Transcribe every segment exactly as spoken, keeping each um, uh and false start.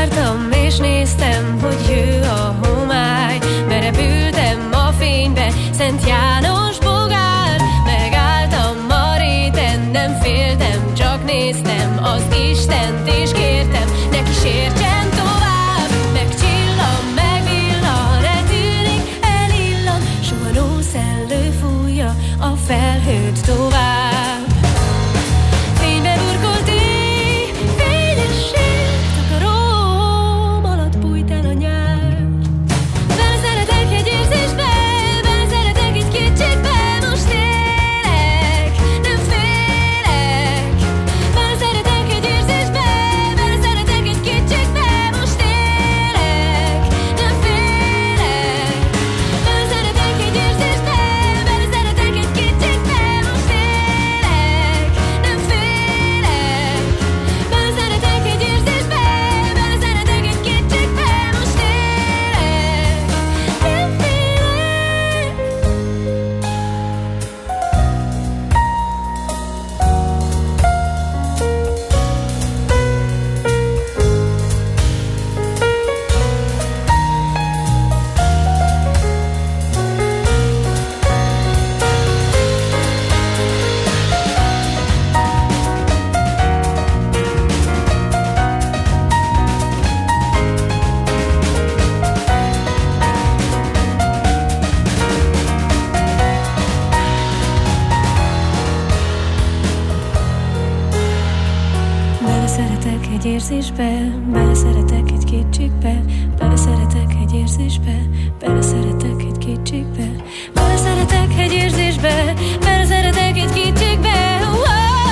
Vártam és néztem, hogy jő a homály, berepültem a fénybe, Szent János bogár. Megálltam a réten, nem féltem, csak néztem az Istent, és kértem, ne kísértsen tovább. Megcsillan, megvillan, eltűnik, elillan, suhanó szellő fújja a felhőt tovább. Fénybe burkolt éj, fényesség, takarom alatt bújt el a nyár. Vele szeretek egy érzésbe, vele szeretek egy kétségbe, most élek, nem félek. Vele szeretek egy érzésbe, vele szeretek egy kétségbe, most élek, nem félek. Vele szeretek egy érzésbe, vele szeretek egy kétségbe, most élek, nem félek. Vele szeretek egy érzésbe, vele szeretek egy kétségbe, most élek, nem Beleszeretek egy érzésbe, beleszeretek egy kétségbe, beleszeretek egy érzésbe, beleszeretek egy kétségbe, beleszeretek egy érzésbe, beleszeretek egy kétségbe. Oh,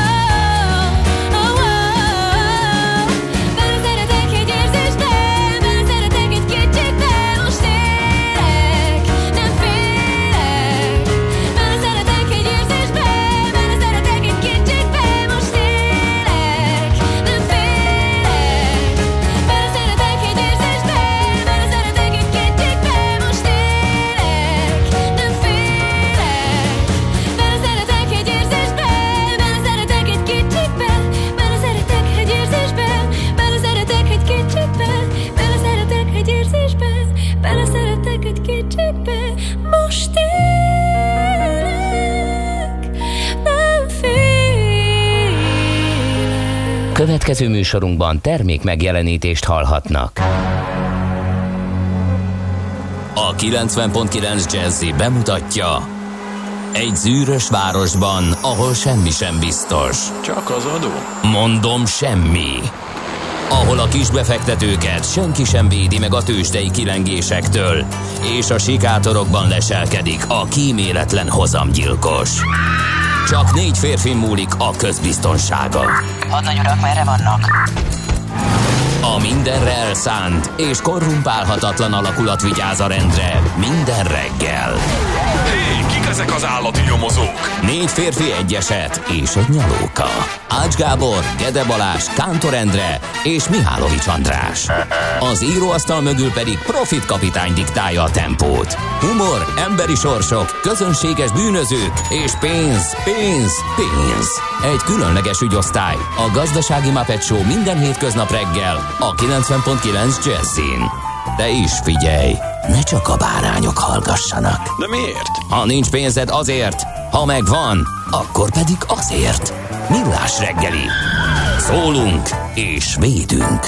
oh, oh. Beleszeretek egy érzésbe, beleszeretek egy kétségbe, most élek, nem félek. Beleszeretek egy érzésbe, beleszeretek egy kétségbe, most élek, nem félek. Beleszeretek egy érzésbe, beleszeretek egy kétségbe, most élek, nem félek. Beleszeretek egy érzésbe, beleszeretek egy kétségbe, beleszeretek egy érzésbe, beleszeretek egy kétségbe, beleszeretek egy érzésbe, beleszeretek egy kétségbe, most élek, nem félek. Következő műsorunkban termék megjelenítést hallhatnak. A kilencven pont kilenc Jazzy bemutatja: egy zűrös városban, ahol semmi sem biztos. Csak az adó? Mondom, semmi. Ahol a kisbefektetőket senki sem védi meg a tőzsdei kilengésektől, és a sikátorokban leselkedik a kíméletlen hozamgyilkos. Csak négy férfin múlik a közbiztonsága. Hadnagy urak, merre vannak? A mindenre elszánt és korrumpálhatatlan alakulat vigyáz a rendre minden reggel. Hé, kik ezek az állati nyomozók? Négy férfi, egy eset és egy nyalóka. Ács Gábor, Gede Balázs, Kántor Endre és Mihálovics András. Az íróasztal mögül pedig Profit kapitány diktálja a tempót. Humor, emberi sorsok, közönséges bűnözők és pénz, pénz, pénz. Egy különleges ügyosztály, a Gazdasági Muppet Show minden hétköznap reggel a kilencven pont kilenc Jazzin. De is figyelj, ne csak a bárányok hallgassanak. De miért? Ha nincs pénzed, azért, ha megvan, akkor pedig azért. Millás reggeli. Szólunk és védünk.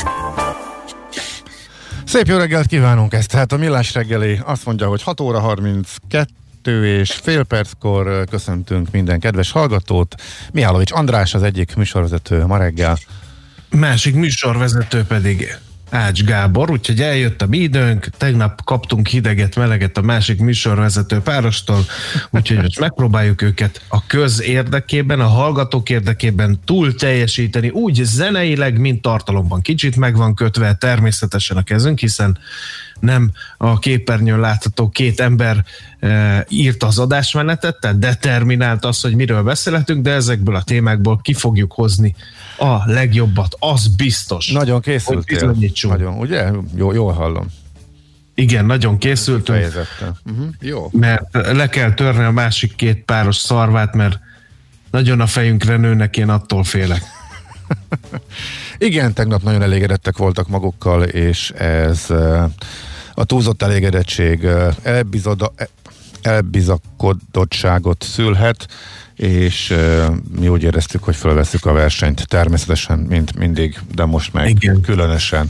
Szép jó reggelt kívánunk, ezt tehát a Millás reggeli azt mondja, hogy hat óra harminckettő és fél perckor köszöntünk minden kedves hallgatót. Mihálovics András az egyik műsorvezető ma reggel. Másik műsorvezető pedig Ács Gábor, úgyhogy eljött a mi időnk, tegnap kaptunk hideget, meleget a másik műsorvezető párostól, úgyhogy most megpróbáljuk őket a köz érdekében, a hallgatók érdekében túl teljesíteni, úgy zeneileg, mint tartalomban. Kicsit meg van kötve természetesen a kezünk, hiszen nem a képernyőn látható két ember e, írta az adásmenetet, tehát determinált az, hogy miről beszélhetünk, de ezekből a témákból ki fogjuk hozni a legjobbat, az biztos. Nagyon készültél. Nagyon, ugye? Jó, jól hallom. Igen, nagyon készültünk. Uh-huh. Jó. Mert le kell törni a másik két páros szarvát, mert nagyon a fejünkre nőnek, én attól félek. Igen, tegnap nagyon elégedettek voltak magukkal, és ez a túlzott elégedettség elbizoda, elbizakodottságot szülhet, és mi úgy éreztük, hogy fölveszük a versenyt természetesen, mint mindig, de most meg igen. Különösen.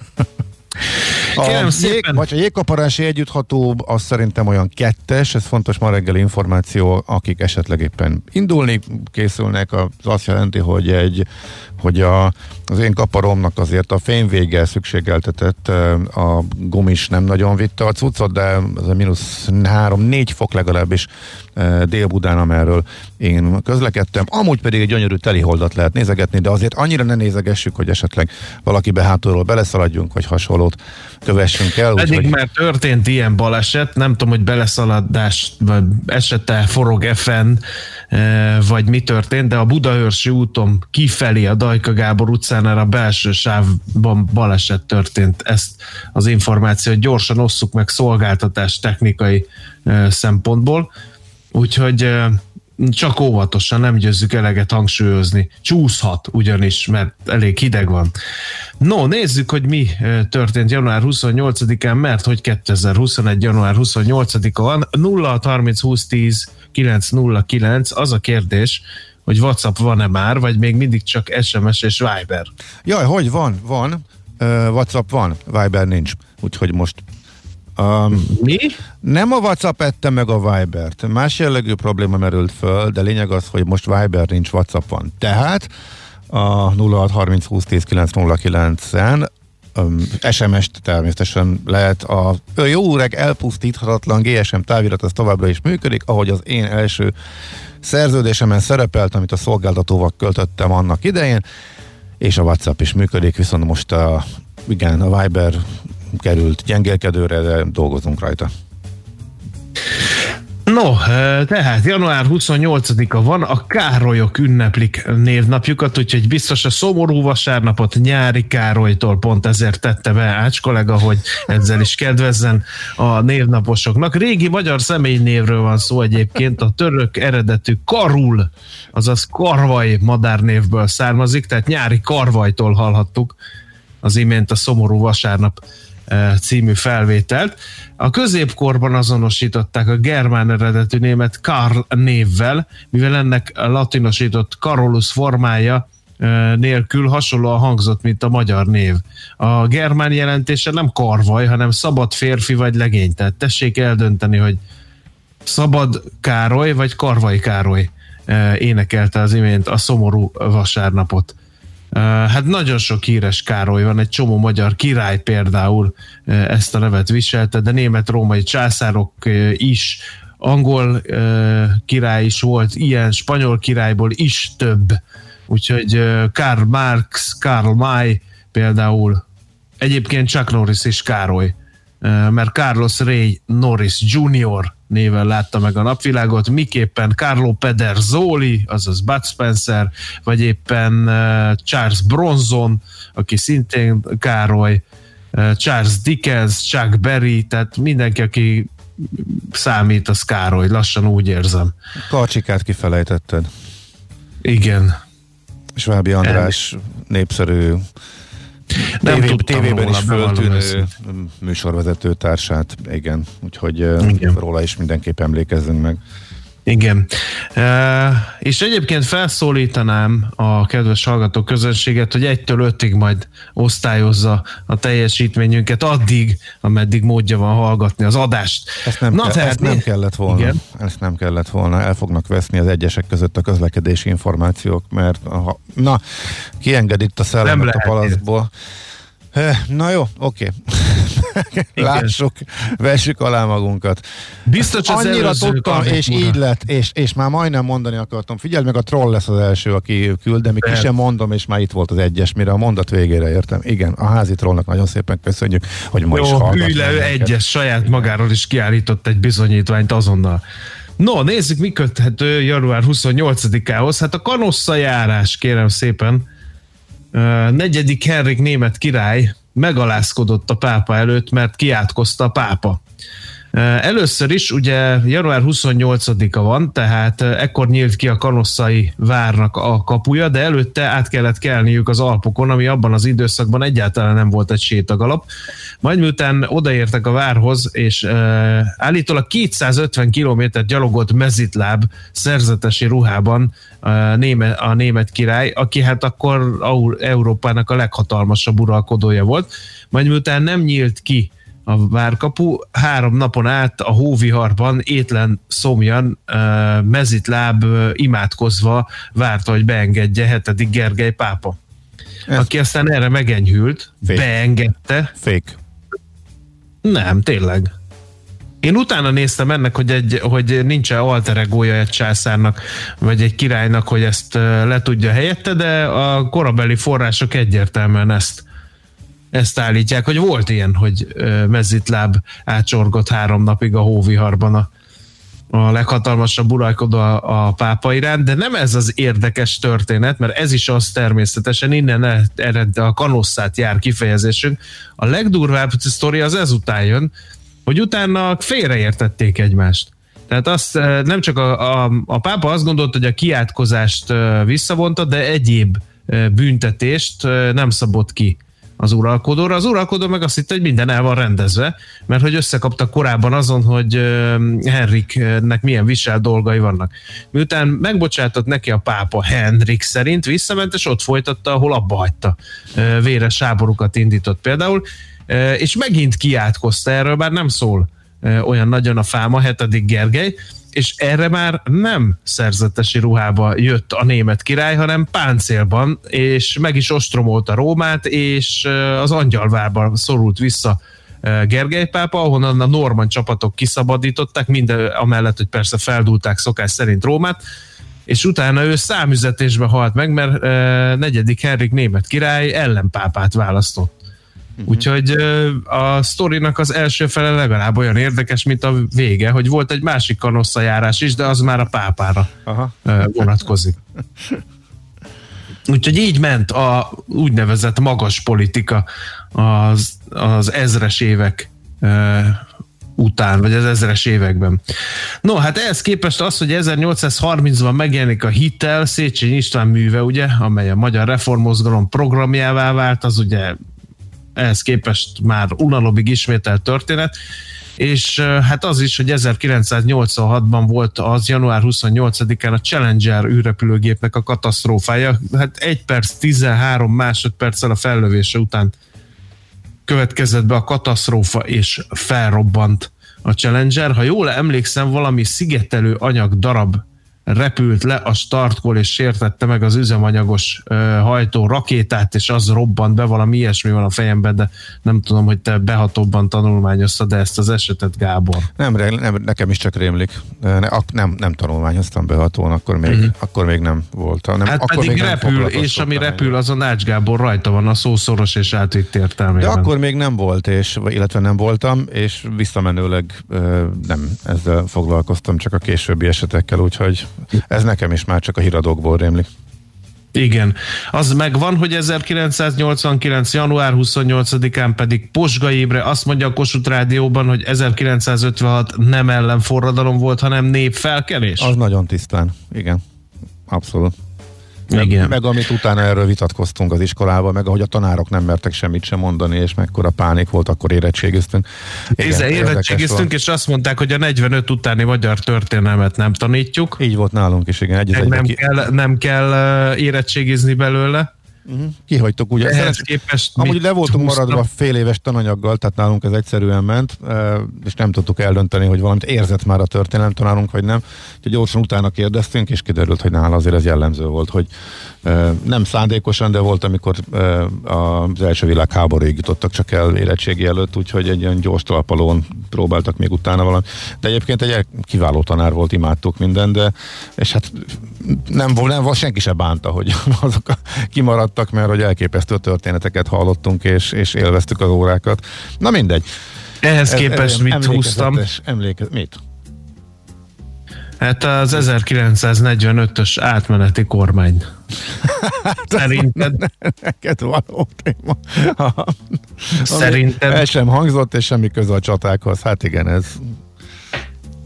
A, jég, vagy a jégkaparási együttható az szerintem olyan kettes, ez fontos ma reggeli információ, akik esetleg éppen indulni készülnek, az azt jelenti, hogy egy hogy a, az én kaparomnak azért a fényvéggel szükségeltetett, a gumis nem nagyon vitte a cuccot, de az a mínusz három-négy fok legalábbis Dél-Budán, amerről én közlekedtem. Amúgy pedig egy gyönyörű teliholdat lehet nézegetni, de azért annyira ne nézegessük, hogy esetleg valakibe hátulról beleszaladjunk, vagy hasonlót kövessünk el. Eddig úgy, már történt ilyen baleset, nem tudom, hogy beleszaladás, vagy esete forog efen, vagy mi történt, de a Budaörsi úton kifelé a Dajka Gábor utcánál a belső sávban baleset történt. Ezt az információt gyorsan osszuk meg szolgáltatás technikai szempontból, úgyhogy csak óvatosan, nem győzzük eleget hangsúlyozni. Csúszhat ugyanis, mert elég hideg van. No, nézzük, hogy mi történt január huszonnyolcadikán, mert hogy kétezer-huszonegy. január huszonnyolcadika van, nulla hat harminc húsz tíz kilenc nulla kilenc. Az a kérdés, hogy WhatsApp van-e már, vagy még mindig csak es em es és Viber? Jaj, hogy van? Van. Uh, WhatsApp van, Viber nincs. Úgyhogy most Um, Mi? Nem a WhatsApp ette meg a Vibert. Más jellegű probléma merült föl, de lényeg az, hogy most Viber nincs, WhatsApp van. Tehát a nulla hat harminc húsz tíz kilenc nulla kilencen um, es em es-t természetesen lehet. A jó öreg elpusztíthatatlan gé es em távirat az továbbra is működik, ahogy az én első szerződésemen szerepelt, amit a szolgáltatóval költöttem annak idején, és a WhatsApp is működik, viszont most a, igen, a Viber került gyengélkedőre, de dolgozunk rajta. No, tehát január huszonnyolcadika van, a Károlyok ünneplik névnapjukat, úgyhogy biztos a szomorú vasárnapot Nyári Károlytól pont ezért tette be Ács kollega, hogy ezzel is kedvezzen a névnaposoknak. Régi magyar személynévről van szó egyébként, a török eredetű Karul, azaz Karvaj madárnévből származik, tehát Nyári Karvajtól hallhattuk az imént a szomorú vasárnap című felvételt. A középkorban azonosították a germán eredetű német Karl névvel, mivel ennek a latinosított Karolus formája nélkül hasonlóan hangzott, mint a magyar név. A germán jelentése nem Karvaj, hanem szabad férfi vagy legény. Tehát tessék eldönteni, hogy Szabad Károly vagy Karvaj Károly énekelte az imént a szomorú vasárnapot. Hát nagyon sok híres Károly van, egy csomó magyar király például ezt a nevet viselte, de német-római császárok is, angol király is volt, ilyen spanyol királyból is több. Úgyhogy Karl Marx, Karl May például, egyébként Chuck Norris is Károly, mert Carlos Ray Norris junior néven látta meg a napvilágot, miképpen Carlo Pederzoli, azaz Bud Spencer, vagy éppen Charles Bronson, aki szintén Károly, Charles Dickens, Chuck Berry, tehát mindenki, aki számít, az Károly, lassan úgy érzem. Karcsikát kifelejtetted. Igen. Svábi András El... népszerű Nem Tévé, tudtam tévében róla, is föltűnő műsorvezető társát, igen, úgyhogy igen. Róla is mindenképp emlékezzünk meg. Igen. E, és egyébként felszólítanám a kedves hallgató közönséget, hogy egytől ötig majd osztályozza a teljesítményünket addig, ameddig módja van hallgatni az adást. Ezt nem, Na, ke- ezt nem kellett volna. Igen. Ezt nem kellett volna. El fognak veszni az egyesek között a közlekedési információk, mert ha, na, kienged itt a szellemet a palaszból. Na jó, oké. Okay. Lássuk, vessük alá magunkat. Biztos az annyira tudtam, és így lett, és, és már majdnem mondani akartam. Figyelj meg, a troll lesz az első, aki küld, de még ki sem mondom, és már itt volt az egyes, mire a mondat végére értem. Igen, a házi trollnak nagyon szépen köszönjük, hogy ma jó, is hallgat. Jó, ő egyes, saját magáról is kiállított egy bizonyítványt azonnal. No, nézzük, mi köthető január huszonnyolcadikához. Hát a kanossza járás, kérem szépen. Uh, negyedik Henrik német király megalázkodott a pápa előtt, mert kiátkozta a pápa. Először is ugye január huszonnyolcadika van, tehát ekkor nyílt ki a Kanosszai várnak a kapuja, de előtte át kellett kelniük az Alpokon, ami abban az időszakban egyáltalán nem volt egy sétagalap. Majd miután odaértek a várhoz, és uh, állítólag kétszázötven kilométert gyalogolt mezitláb szerzetesi ruhában uh, néme, a német király, aki hát akkor Európának a leghatalmasabb uralkodója volt. Majd miután nem nyílt ki a várkapu, három napon át a hóviharban étlen szomjan uh, mezitláb uh, imádkozva várta, hogy beengedje hetedik Gergely pápa. Ez aki aztán erre megenyhült, fake. Beengedte. Fake. Nem, tényleg. Én utána néztem ennek, hogy, egy, hogy nincs-e alter egója egy császárnak, vagy egy királynak, hogy ezt uh, le tudja helyette, de a korabeli források egyértelműen ezt Ezt állítják, hogy volt ilyen, hogy mezitláb átsorgott három napig a hóviharban a, a leghatalmasabb uralkodó a, a pápa iránt, de nem ez az érdekes történet, mert ez is az természetesen, innen ered a Kanosszát jár kifejezésünk. A legdurvább sztori az ezután jön, hogy utána félreértették egymást. Tehát azt nem csak a, a, a pápa azt gondolt, hogy a kiátkozást visszavonta, de egyéb büntetést nem szabott ki az uralkodóra. Az uralkodó meg azt hitte, hogy minden el van rendezve, mert hogy összekaptak korábban azon, hogy Henriknek milyen visel dolgai vannak. Miután megbocsátott neki a pápa Henrik szerint, visszament, és ott folytatta, ahol abba hagyta. Véres háborúkat indított például, és megint kiátkozta erről, bár nem szól olyan nagyon a fáma, hetedik Gergely, és erre már nem szerzetesi ruhába jött a német király, hanem páncélban, és meg is ostromolta Rómát, és az Angyalvárba szorult vissza Gergely pápa, ahonnan a normann csapatok kiszabadították, minden amellett, hogy persze feldúlták szokás szerint Rómát, és utána ő számüzetésbe halt meg, mert negyedik Henrik német király ellenpápát választott. Uh-huh. Úgyhogy a sztorinak az első fele legalább olyan érdekes, mint a vége, hogy volt egy másik kanosszajárás is, de az már a pápára Aha. vonatkozik. Úgyhogy így ment a úgynevezett magas politika az, az ezres évek után, vagy az ezres években. No, hát ehhez képest az, hogy ezernyolcszázharmincban megjelenik a Hitel, Széchenyi István műve, ugye, amely a Magyar Reformmozgalom programjává vált, az ugye ehhez képest már unalomig ismételt történet, és hát az is, hogy ezerkilencszáznyolcvanhatban volt az január huszonnyolcadikán a Challenger űrrepülőgépnek a katasztrófája. Hát egy perc, tizenhárom másodperccel a fellövése után következett be a katasztrófa, és felrobbant a Challenger. Ha jól emlékszem, valami szigetelő anyag darab repült le a startkól, és sértette meg az üzemanyagos uh, hajtó rakétát, és az robbant be, valami ilyesmi van a fejemben, de nem tudom, hogy te behatóbban tanulmányoztad ezt az esetet, Gábor. Nem, nem nekem is csak rémlik. Ne, nem, nem tanulmányoztam behatón, akkor még, uh-huh. akkor még nem volt. Nem, hát akkor pedig még repül, és ami repül, azon Ács Gábor rajta van a szó szoros és átvitt értelmében. De akkor még nem volt, és, illetve nem voltam, és visszamenőleg nem ezzel foglalkoztam, csak a későbbi esetekkel, úgyhogy ez nekem is már csak a híradókból rémlik. Igen. Az megvan, hogy ezerkilencszáznyolcvankilenc. január huszonnyolcadikán pedig Posgai Imre azt mondja a Kossuth Rádióban, hogy ezerkilencszázötvenhat nem ellenforradalom volt, hanem népfelkelés. Az nagyon tisztán. Igen. Abszolút. Meg, meg amit utána erről vitatkoztunk az iskolában, meg ahogy a tanárok nem mertek semmit sem mondani, és mekkora pánik volt, akkor érettségiztünk. Igen, érettségiztünk, és azt mondták, hogy a negyvenöt utáni magyar történelmet nem tanítjuk. Így volt nálunk is, igen. Egy egy nem, ki... kell, nem kell érettségizni belőle. Uh-huh. Kihagytok ugye. Ehhez képest amúgy le voltunk maradva fél éves tananyaggal, tehát nálunk ez egyszerűen ment, és nem tudtuk eldönteni, hogy valamit érzett már a történelem tanárunk, vagy nem. Úgyhogy gyorsan utána kérdeztünk, és kiderült, hogy nála azért ez jellemző volt, hogy nem szándékosan, de volt, amikor az első világháborúig jutottak csak el érettségi előtt, úgyhogy egy ilyen gyors talpalón próbáltak még utána valami. De egyébként egy kiváló tanár volt, imádtuk minden, de és hát nem volt, nem volt, senki se bánta, hogy azok kimaradtak, mert hogy elképesztő történeteket hallottunk, és, és élveztük az órákat. Na mindegy. Ehhez képest ez, mit húztam? Emlékez, mit? Hát az ezerkilencszáznegyvenötös átmeneti kormány. Szerinted? Neked való téma. Szerinted? El sem hangzott, és semmi köze a csatákhoz. Hát igen, ez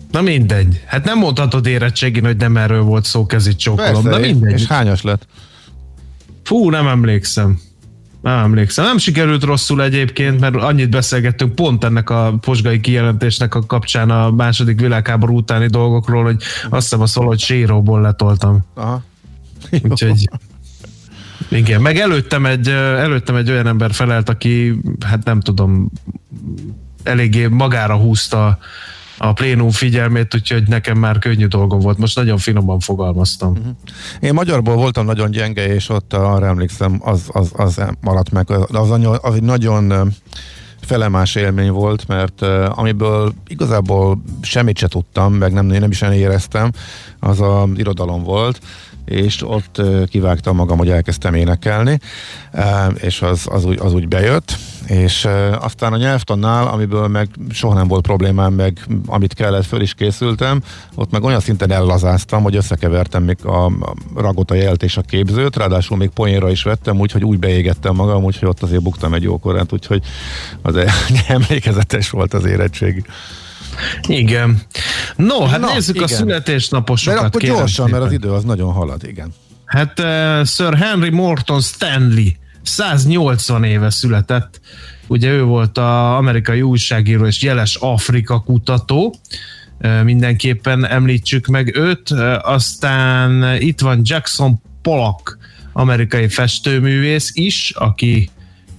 Na mindegy. Hát nem mondhatod érettségén, hogy nem erről volt szó, kezit csókolom. Persze, Na mindegy. és hányas lett? Fú, nem emlékszem. Nem emlékszem. Nem sikerült rosszul egyébként, mert annyit beszélgettünk pont ennek a posgai kijelentésnek a kapcsán a második világháború utáni dolgokról, hogy azt hiszem a Szolod séróból letoltam. Aha. Úgyhogy igen, meg előttem egy, előttem egy olyan ember felelt, aki, hát nem tudom, eléggé magára húzta a plénum figyelmét, úgyhogy nekem már könnyű dolgom volt. Most nagyon finoman fogalmaztam. Uh-huh. Én magyarból voltam nagyon gyenge, és ott arra emlékszem, az, az, az maradt meg. Az, az egy nagyon felemás élmény volt, mert amiből igazából semmit se tudtam, meg nem, nem is éreztem, az az irodalom volt, és ott kivágtam magam, hogy elkezdtem énekelni, és az, az, úgy, az úgy bejött, és aztán a nyelvtannál, amiből meg soha nem volt problémám, meg amit kellett, föl is készültem, ott meg olyan szinten ellazáztam, hogy összekevertem még a ragot, a jelt és a képzőt, ráadásul még poénra is vettem, úgyhogy úgy beégettem magam, úgyhogy ott azért buktam egy jókorát, úgyhogy az emlékezetes volt az érettség. Igen. No, hát Na, nézzük igen. a születésnaposokat. De akkor gyorsan, szépen. Mert az idő az nagyon halad, igen. Hát uh, Sir Henry Morton Stanley száznyolcvan éve született. Ugye ő volt az amerikai újságíró és jeles Afrika kutató. Uh, mindenképpen említsük meg őt. Uh, aztán itt van Jackson Pollock, amerikai festőművész is, aki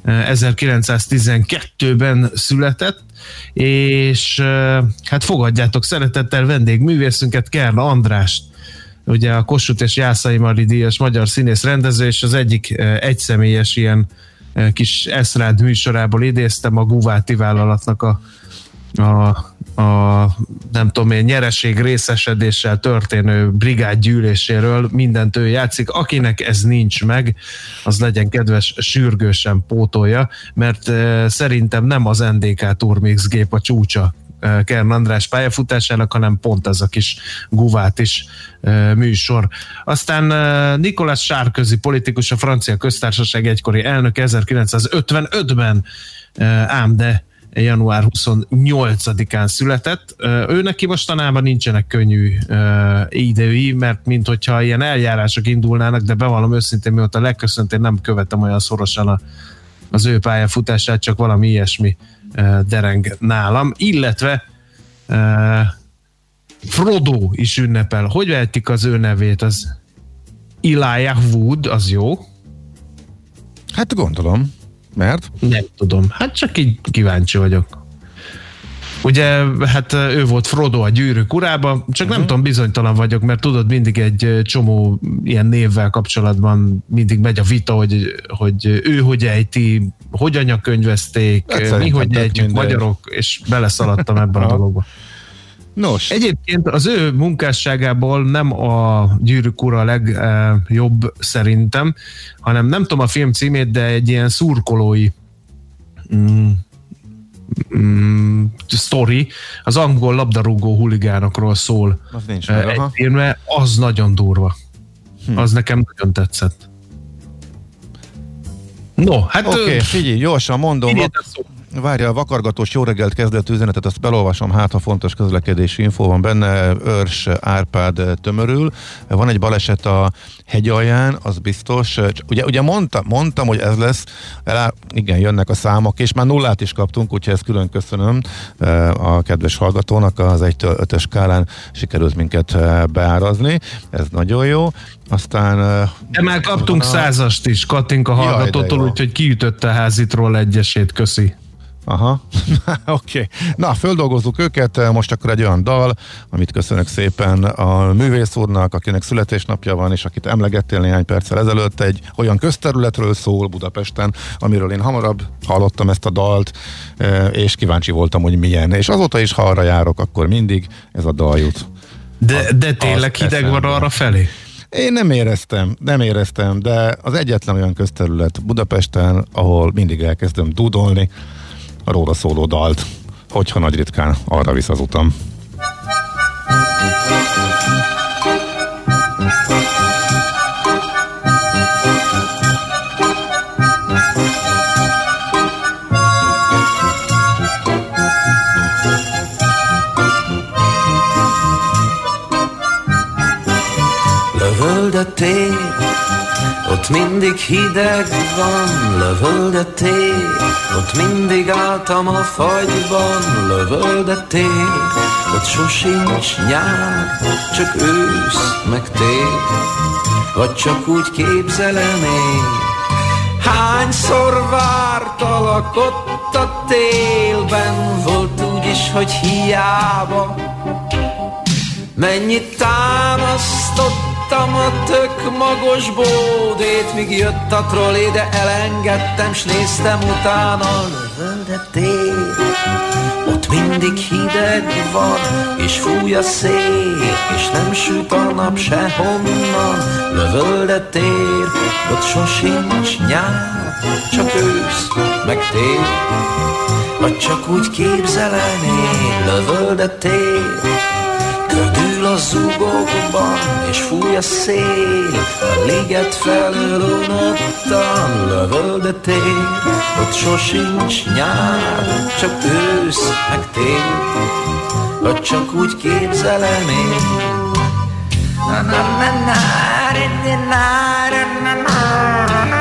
ezerkilencszáztizenkettőben született, és hát fogadjátok szeretettel vendégművészünket, Kern Andrást, ugye a Kossuth és Jászai Mari díjas magyar színész rendező, és az egyik egyszemélyes ilyen kis eszrád műsorából idéztem a Guváti vállalatnak a, a, a nem tudom én, nyereség részesedéssel történő brigádgyűléséről. Mindent ő játszik. Akinek ez nincs meg, az legyen kedves, sürgősen pótolja, mert uh, szerintem nem az en dé ká Turmix gép a csúcsa uh, Kern András pályafutásának, hanem pont ez a kis Guvát is uh, műsor. Aztán uh, Nicolas Sarkozy politikus, a francia köztársaság egykori elnök, ezerkilencszázötvenötben uh, ám de január huszonnyolcadikán született. Ő neki mostanában nincsenek könnyű uh, idői, mert mint hogyha ilyen eljárások indulnának, de bevallom őszintén, mióta legköszönt, én nem követem olyan szorosan a, az ő pályafutását, csak valami ilyesmi uh, dereng nálam. Illetve uh, Frodo is ünnepel. Hogy vehetik az ő nevét? Az Elijah Wood, az jó? Hát gondolom. Mert? Nem tudom. Hát csak így kíváncsi vagyok. Ugye, hát ő volt Frodo a Gyűrűk urában, csak uh-huh. nem tudom, bizonytalan vagyok, mert tudod, mindig egy csomó ilyen névvel kapcsolatban mindig megy a vita, hogy, hogy ő hogy ejti, hogy anyakönyvezték, hát mi hogy ejtjük magyarok, és beleszaladtam ebben a dologba. Nos. Egyébként az ő munkásságából nem a Gyűrűk ura a legjobb szerintem, hanem nem tudom a film címét, de egy ilyen szurkolói mm, mm, sztori, az angol labdarúgó huligánokról szól. Az nincs meg, egy filmre, az nagyon durva. Hm. Az nekem nagyon tetszett. No, hát... Oké, okay, figyelj, gyorsan mondom. Várja, a vakargatós jó reggelt kezdett üzenetet, azt belolvasom, hát ha fontos közlekedési infó van benne. Őrs Árpád tömörül. Van egy baleset a hegyalján, az biztos. Ugye, ugye mondtam, mondtam, hogy ez lesz. Elá, igen, jönnek a számok, és már nullát is kaptunk, úgyhogy ezt külön köszönöm a kedves hallgatónak. Az egytől ötös skálán sikerült minket beárazni. Ez nagyon jó. Aztán... De már kaptunk a... százast is Katinka hallgatótól, úgyhogy kiütötte a házitról egyesét, köszi. Aha, oké. Okay. Na, földolgozzuk őket, most akkor egy olyan dal, amit köszönök szépen a művész úrnak, akinek születésnapja van, és akit emlegettél néhány perccel ezelőtt, egy olyan közterületről szól Budapesten, amiről én hamarabb hallottam ezt a dalt, és kíváncsi voltam, hogy milyen. És azóta is, ha arra járok, akkor mindig ez a dal jut. De, de tényleg hideg van arra felé? Én nem éreztem, nem éreztem, de az egyetlen olyan közterület Budapesten, ahol mindig elkezdem dúdolni a róla szóló dalt, hogyha nagy ritkán arra visz az utam. tér, ott mindig hideg van, lövöld a tér, ott mindig álltam a fagyban, lövöld a tér, ott sosincs nyár, csak ősz meg tél, vagy csak úgy képzelem én. Hányszor vártalak ott a télben, volt úgyis, hogy hiába. Mennyit támasztottam a tök magos bódét, míg jött a trollé, de elengedtem, s néztem utána. Lövöld a tér, ott mindig hideg van, és fúj a szél, és nem süt a nap sehonnan. Lövöld a tér, ott sosincs nyár, csak ősz, meg tél, vagy csak úgy képzelem én. Lövöld a tér, ködül a zugokban, és fúj a szél, a liget felől unottan. Lövöld a tér, ott sosincs nyár, csak ősz, meg tél, vagy csak úgy képzelem én. Na na na na na na na na.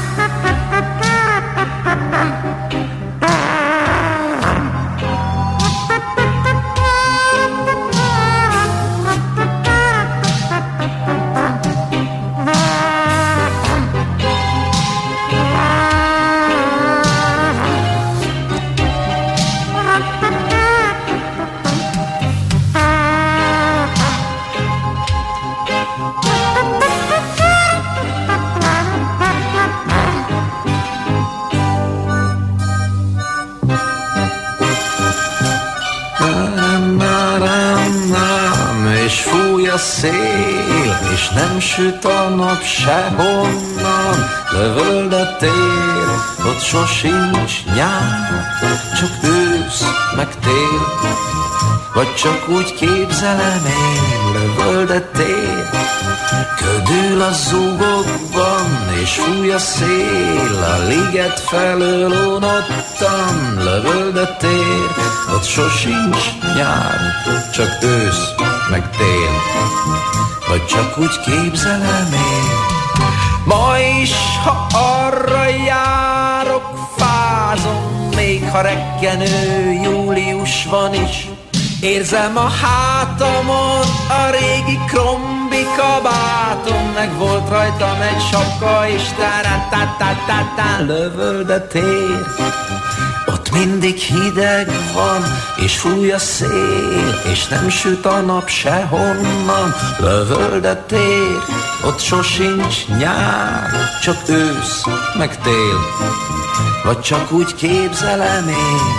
És fúj a szél, és nem süt a nap sehonnan. Lövöld a tér, ott sosincs nyár, csak ősz, meg tél, vagy csak úgy képzelem én. Lövöld a tér, ködül a zugokban, és fúj a szél, a liget felől unottan. Lövöld a tér, ott sosincs nyár, csak ősz, meg tél, vagy csak úgy képzelem én. Ma is, ha arra járok, fázom, még ha reggenő július van is. Érzem a hátamon a régi krombi kabátom, meg volt rajtam egy sapka is. Tá-tá-tá-tá-tá. Lövöld a tér, ott mindig hideg van, és fúj a szél, és nem süt a nap sehonnan. Lövöld a tér, ott sosincs nyár, csak ősz, meg tél, vagy csak úgy képzelem én.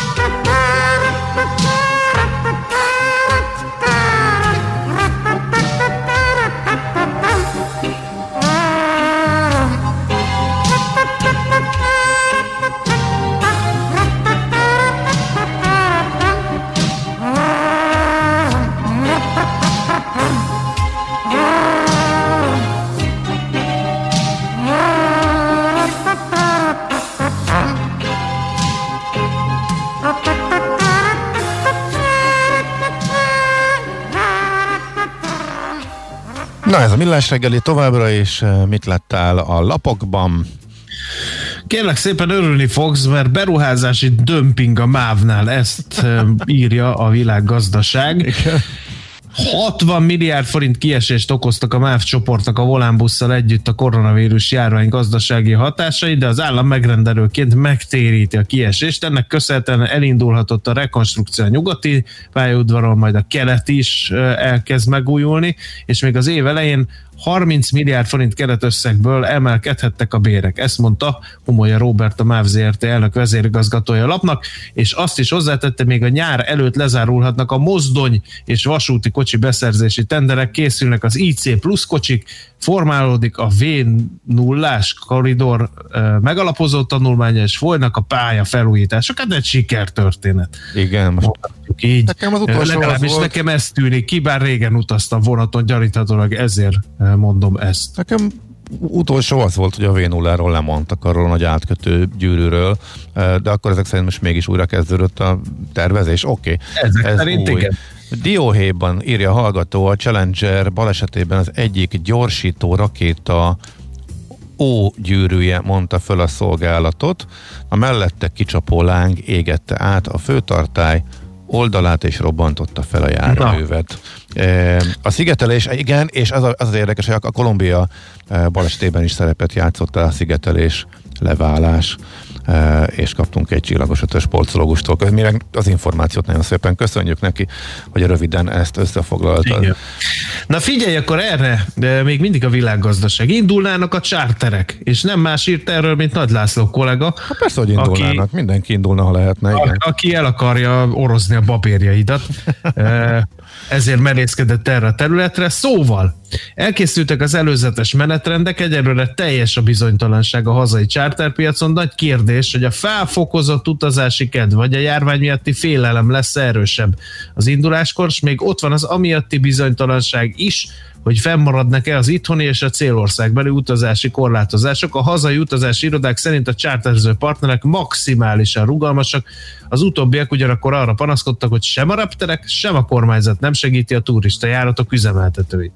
Na, ez a Millás reggeli továbbra is. Mit láttál a lapokban? Kérlek szépen örülni fogsz, mert beruházási dömping a mávnál, ezt írja a Világgazdaság. hatvan milliárd forint kiesést okoztak a MÁV csoportnak a Volánbusszal együtt a koronavírus járvány gazdasági hatásai, de az állam megrendelőként megtéríti a kiesést. Ennek köszönhetően elindulhatott a rekonstrukció a nyugati pályaudvaron, majd a keleti is elkezd megújulni, és még az év elején harminc milliárd forint keretösszegből emelkedhettek a bérek. Ezt mondta Humolya Róbert, a MÁV zé er té elnök vezérigazgatója a lapnak, és azt is hozzátette, még a nyár előtt lezárulhatnak a mozdony és vasúti kocsi beszerzési tenderek, készülnek az i cé plusz kocsik, formálódik a vé nullás korridor megalapozó tanulmánya, és folynak a pálya felújítások. Hát egy sikertörténet. Igen, most így. Nekem az utolsó legalábbis volt. Nekem ez tűnik ki, bár régen utaztam vonaton, gyaníthatólag ezért mondom ezt. Nekem utolsó az volt, hogy a vé nulláról lemondtak, arról a nagy átkötő gyűrűről, de akkor ezek szerint most mégis újra kezdődött a tervezés. Oké. Okay. Ezek ez szerint új. igen. Dióhéjban írja a hallgató, a Challenger balesetében az egyik gyorsító rakéta ó gyűrűje mondta föl a szolgálatot, a mellette kicsapó láng égette át a főtartály oldalát és robbantotta fel a járművet. E, a szigetelés, igen, és az, a, az az érdekes, hogy a Kolumbia balesetében is szerepet játszott a szigetelés, leválás, e, és kaptunk egy csillagos ötös sportológustól. Mire az információt nagyon szépen köszönjük neki, hogy röviden ezt összefoglalta. Igen. Na figyelj, akkor erre, de még mindig a világgazdaság. Indulnának a charterek, és nem más írt erről, mint Nagy László kollega. Hát persze, hogy indulnának, aki, mindenki indulna, ha lehetne. Igen. A, aki el akarja orozni a babérjaidat, ezért merészkedett erre a területre. Szóval, elkészültek az előzetes menetrendek, egyelőre teljes a bizonytalanság a hazai charterpiacon. Nagy kérdés, hogy a felfokozott utazási kedv, vagy a járvány miatti félelem lesz erősebb az induláskor, és még ott van az amiatti bizonytalanság is, hogy fennmaradnak-e az itthoni és a célországbeli utazási korlátozások. A hazai utazási irodák szerint a charterező partnerek maximálisan rugalmasak, az utóbbiak ugyanakkor arra panaszkodtak, hogy sem a repterek, sem a kormányzat nem segíti a turista járatok üzemeltetőit.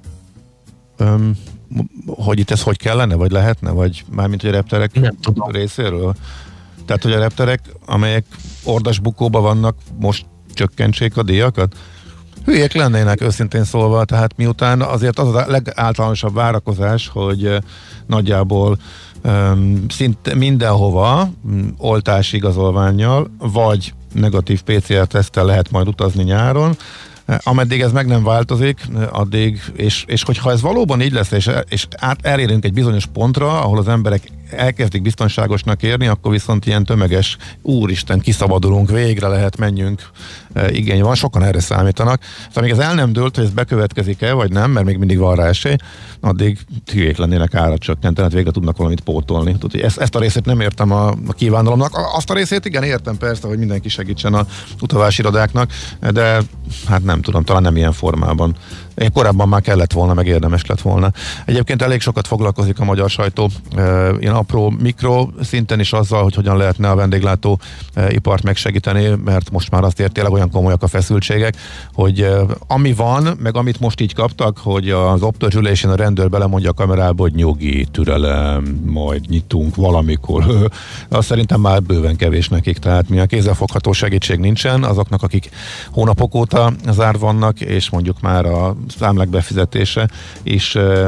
Öm, hogy itt ez hogy kellene, vagy lehetne, vagy mármint, hogy a repterek részéről? Tehát, hogy a repterek, amelyek ordasbukóban vannak, most csökkentsék a díjakat? Hülyék lennének, őszintén szólva, tehát miután azért az a legáltalánosabb várakozás, hogy nagyjából um, szinte mindenhova um, oltási igazolvánnyal, vagy negatív pé cé er-teszttel lehet majd utazni nyáron. Ameddig ez meg nem változik, addig, és, és hogyha ez valóban így lesz, és, és át, elérünk egy bizonyos pontra, ahol az emberek elkezdik biztonságosnak érni, akkor viszont ilyen tömeges, úristen, kiszabadulunk, végre lehet, menjünk, e, igény van, sokan erre számítanak. Szóval még ez el nem dőlt, hogy ez bekövetkezik-e, vagy nem, mert még mindig van rá esély, addig hülyék lennének árat csökkenteni, tehát végre tudnak valamit pótolni. Tudod, ezt, ezt a részét nem értem a, a kívánalomnak. Azt a részét igen, értem persze, hogy mindenki segítsen a utazási irodáknak, de hát nem tudom, talán nem ilyen formában. Én korábban már kellett volna, meg érdemes lett volna. Egyébként elég sokat foglalkozik a magyar sajtó e, ilyen apró, mikro szinten is azzal, hogy hogyan lehetne a vendéglátó e, ipart megsegíteni, mert most már azt tényleg olyan komolyak a feszültségek, hogy e, ami van, meg amit most így kaptak, hogy az optörzsülésén a rendőr belemondja a kamerába, hogy nyugi, türelem, majd nyitunk valamikor. Azt szerintem már bőven kevés nekik, tehát milyen kézzelfogható segítség nincsen azoknak, akik hónapok óta zár vannak, és mondjuk már a számlák befizetése is e,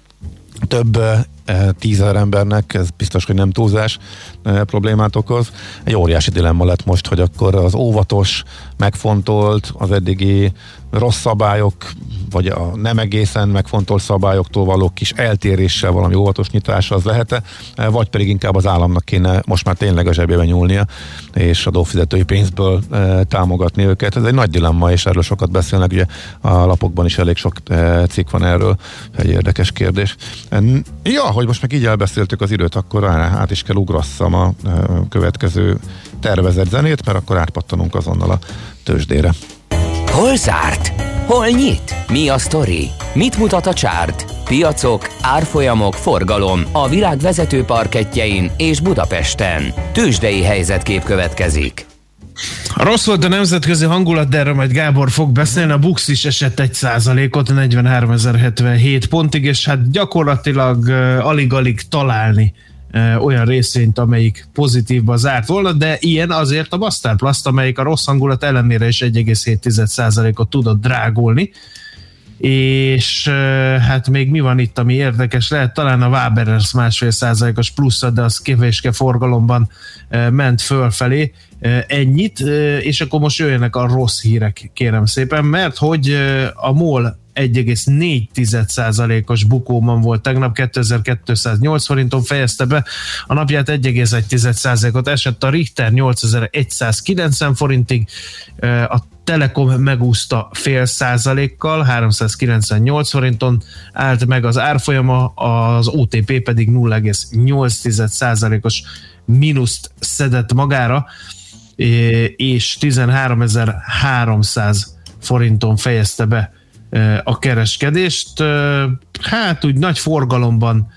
több e, tízezer embernek, ez biztos, hogy nem túlzás, e, problémát okoz. Egy óriási dilemma lett most, hogy akkor az óvatos, megfontolt, az eddigi rossz szabályok, vagy a nem egészen megfontolt szabályoktól való kis eltéréssel valami óvatos nyitás az lehet-e, vagy pedig inkább az államnak kéne most már tényleg a zsebébe nyúlnia, és adófizetői pénzből e, támogatni őket. Ez egy nagy dilemma, és erről sokat beszélnek, ugye a lapokban is elég sok e, cikk van erről, egy érdekes kérdés. Ja, hogy most meg így elbeszéltük az időt, akkor át is kell ugrasszam a e, következő tervezett zenét, mert akkor átpattanunk azonnal a tőzsdére. Hol zárt? Hol nyit? Mi a sztori? Mit mutat a csárt? Piacok, árfolyamok, forgalom a világ vezető parkettjein és Budapesten. Tőzsdei helyzetkép következik. Rossz volt a nemzetközi hangulat, de erről majd Gábor fog beszélni. A BUX is esett egy százalékot, negyvenháromezer-hetvenhét pontig, és hát gyakorlatilag uh, alig-alig találni uh, olyan részvényt, amelyik pozitívba zárt volna, de ilyen azért a Masterplast, amelyik a rossz hangulat ellenére is egy egész hét százalékot tudott drágulni. És hát még mi van itt, ami érdekes lehet, talán a Waberers másfél százalékos plusz, de az kevéske forgalomban ment fölfelé, ennyit, és akkor most jöjjenek a rossz hírek, kérem szépen, mert hogy a MOL egy egész négy százalékos bukóban volt tegnap, kétezer-kétszáznyolc forinton fejezte be, a napját egy egész egy százalékot esett, a Richter nyolcezer-százkilencven forintig, a Telekom megúszta fél százalékkal, háromszázkilencvennyolc forinton állt meg az árfolyama, az o té pé pedig nulla egész nyolc százalékos mínuszt szedett magára, és tizenháromezer-háromszáz forinton fejezte be a kereskedést. Hát úgy nagy forgalomban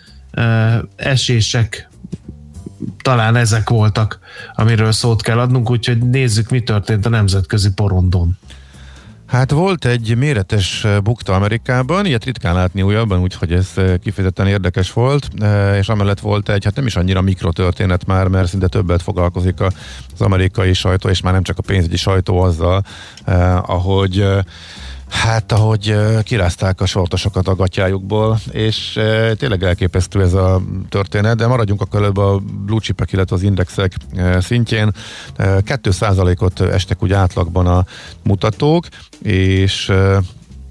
esések talán ezek voltak, amiről szót kell adnunk, úgyhogy nézzük, mi történt a nemzetközi porondon. Hát volt egy méretes bukta Amerikában, ilyet ritkán látni újabban, úgyhogy ez kifejezetten érdekes volt, és amellett volt egy, hát nem is annyira mikrotörténet már, mert szinte többet foglalkozik az amerikai sajtó, és már nem csak a pénzügyi sajtó azzal, ahogy Hát, ahogy kirázták a sortosokat a gatyájukból, és e, tényleg elképesztő ez a történet, de maradjunk akkor előbb a blue chipek, illetve az indexek e, szintjén. E, két százalékot estek úgy átlagban a mutatók, és e,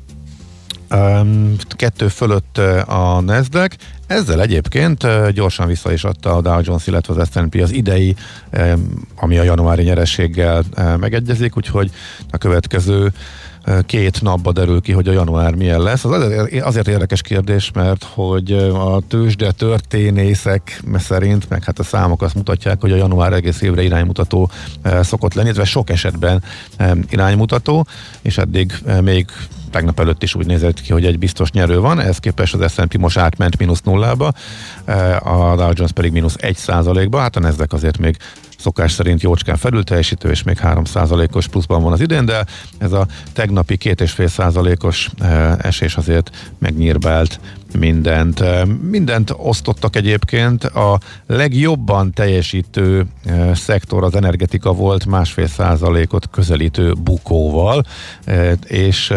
e, kettő fölött a Nasdaq. Ezzel egyébként e, gyorsan vissza is adta a Dow Jones, illetve az es and pé az idei, e, ami a januári nyerességgel e, megegyezik, úgyhogy a következő két napba derül ki, hogy a január milyen lesz. Az azért érdekes kérdés, mert hogy a tőzsde történészek szerint, meg hát a számok azt mutatják, hogy a január egész évre iránymutató szokott lenni, illetve sok esetben iránymutató, és eddig még tegnap előtt is úgy nézett ki, hogy egy biztos nyerő van, ehhez képest az es and pé most átment mínusz nullába, a Dow Jones pedig mínusz egy százalékba, hát a Nasdaq azért még szokás szerint jócskán felülteljesítő, és még három százalékos pluszban van az idén, de ez a tegnapi két egész öt százalékos esés azért megnyírbált mindent. Mindent osztottak egyébként, a legjobban teljesítő szektor az energetika volt másfél százalékot közelítő bukóval, és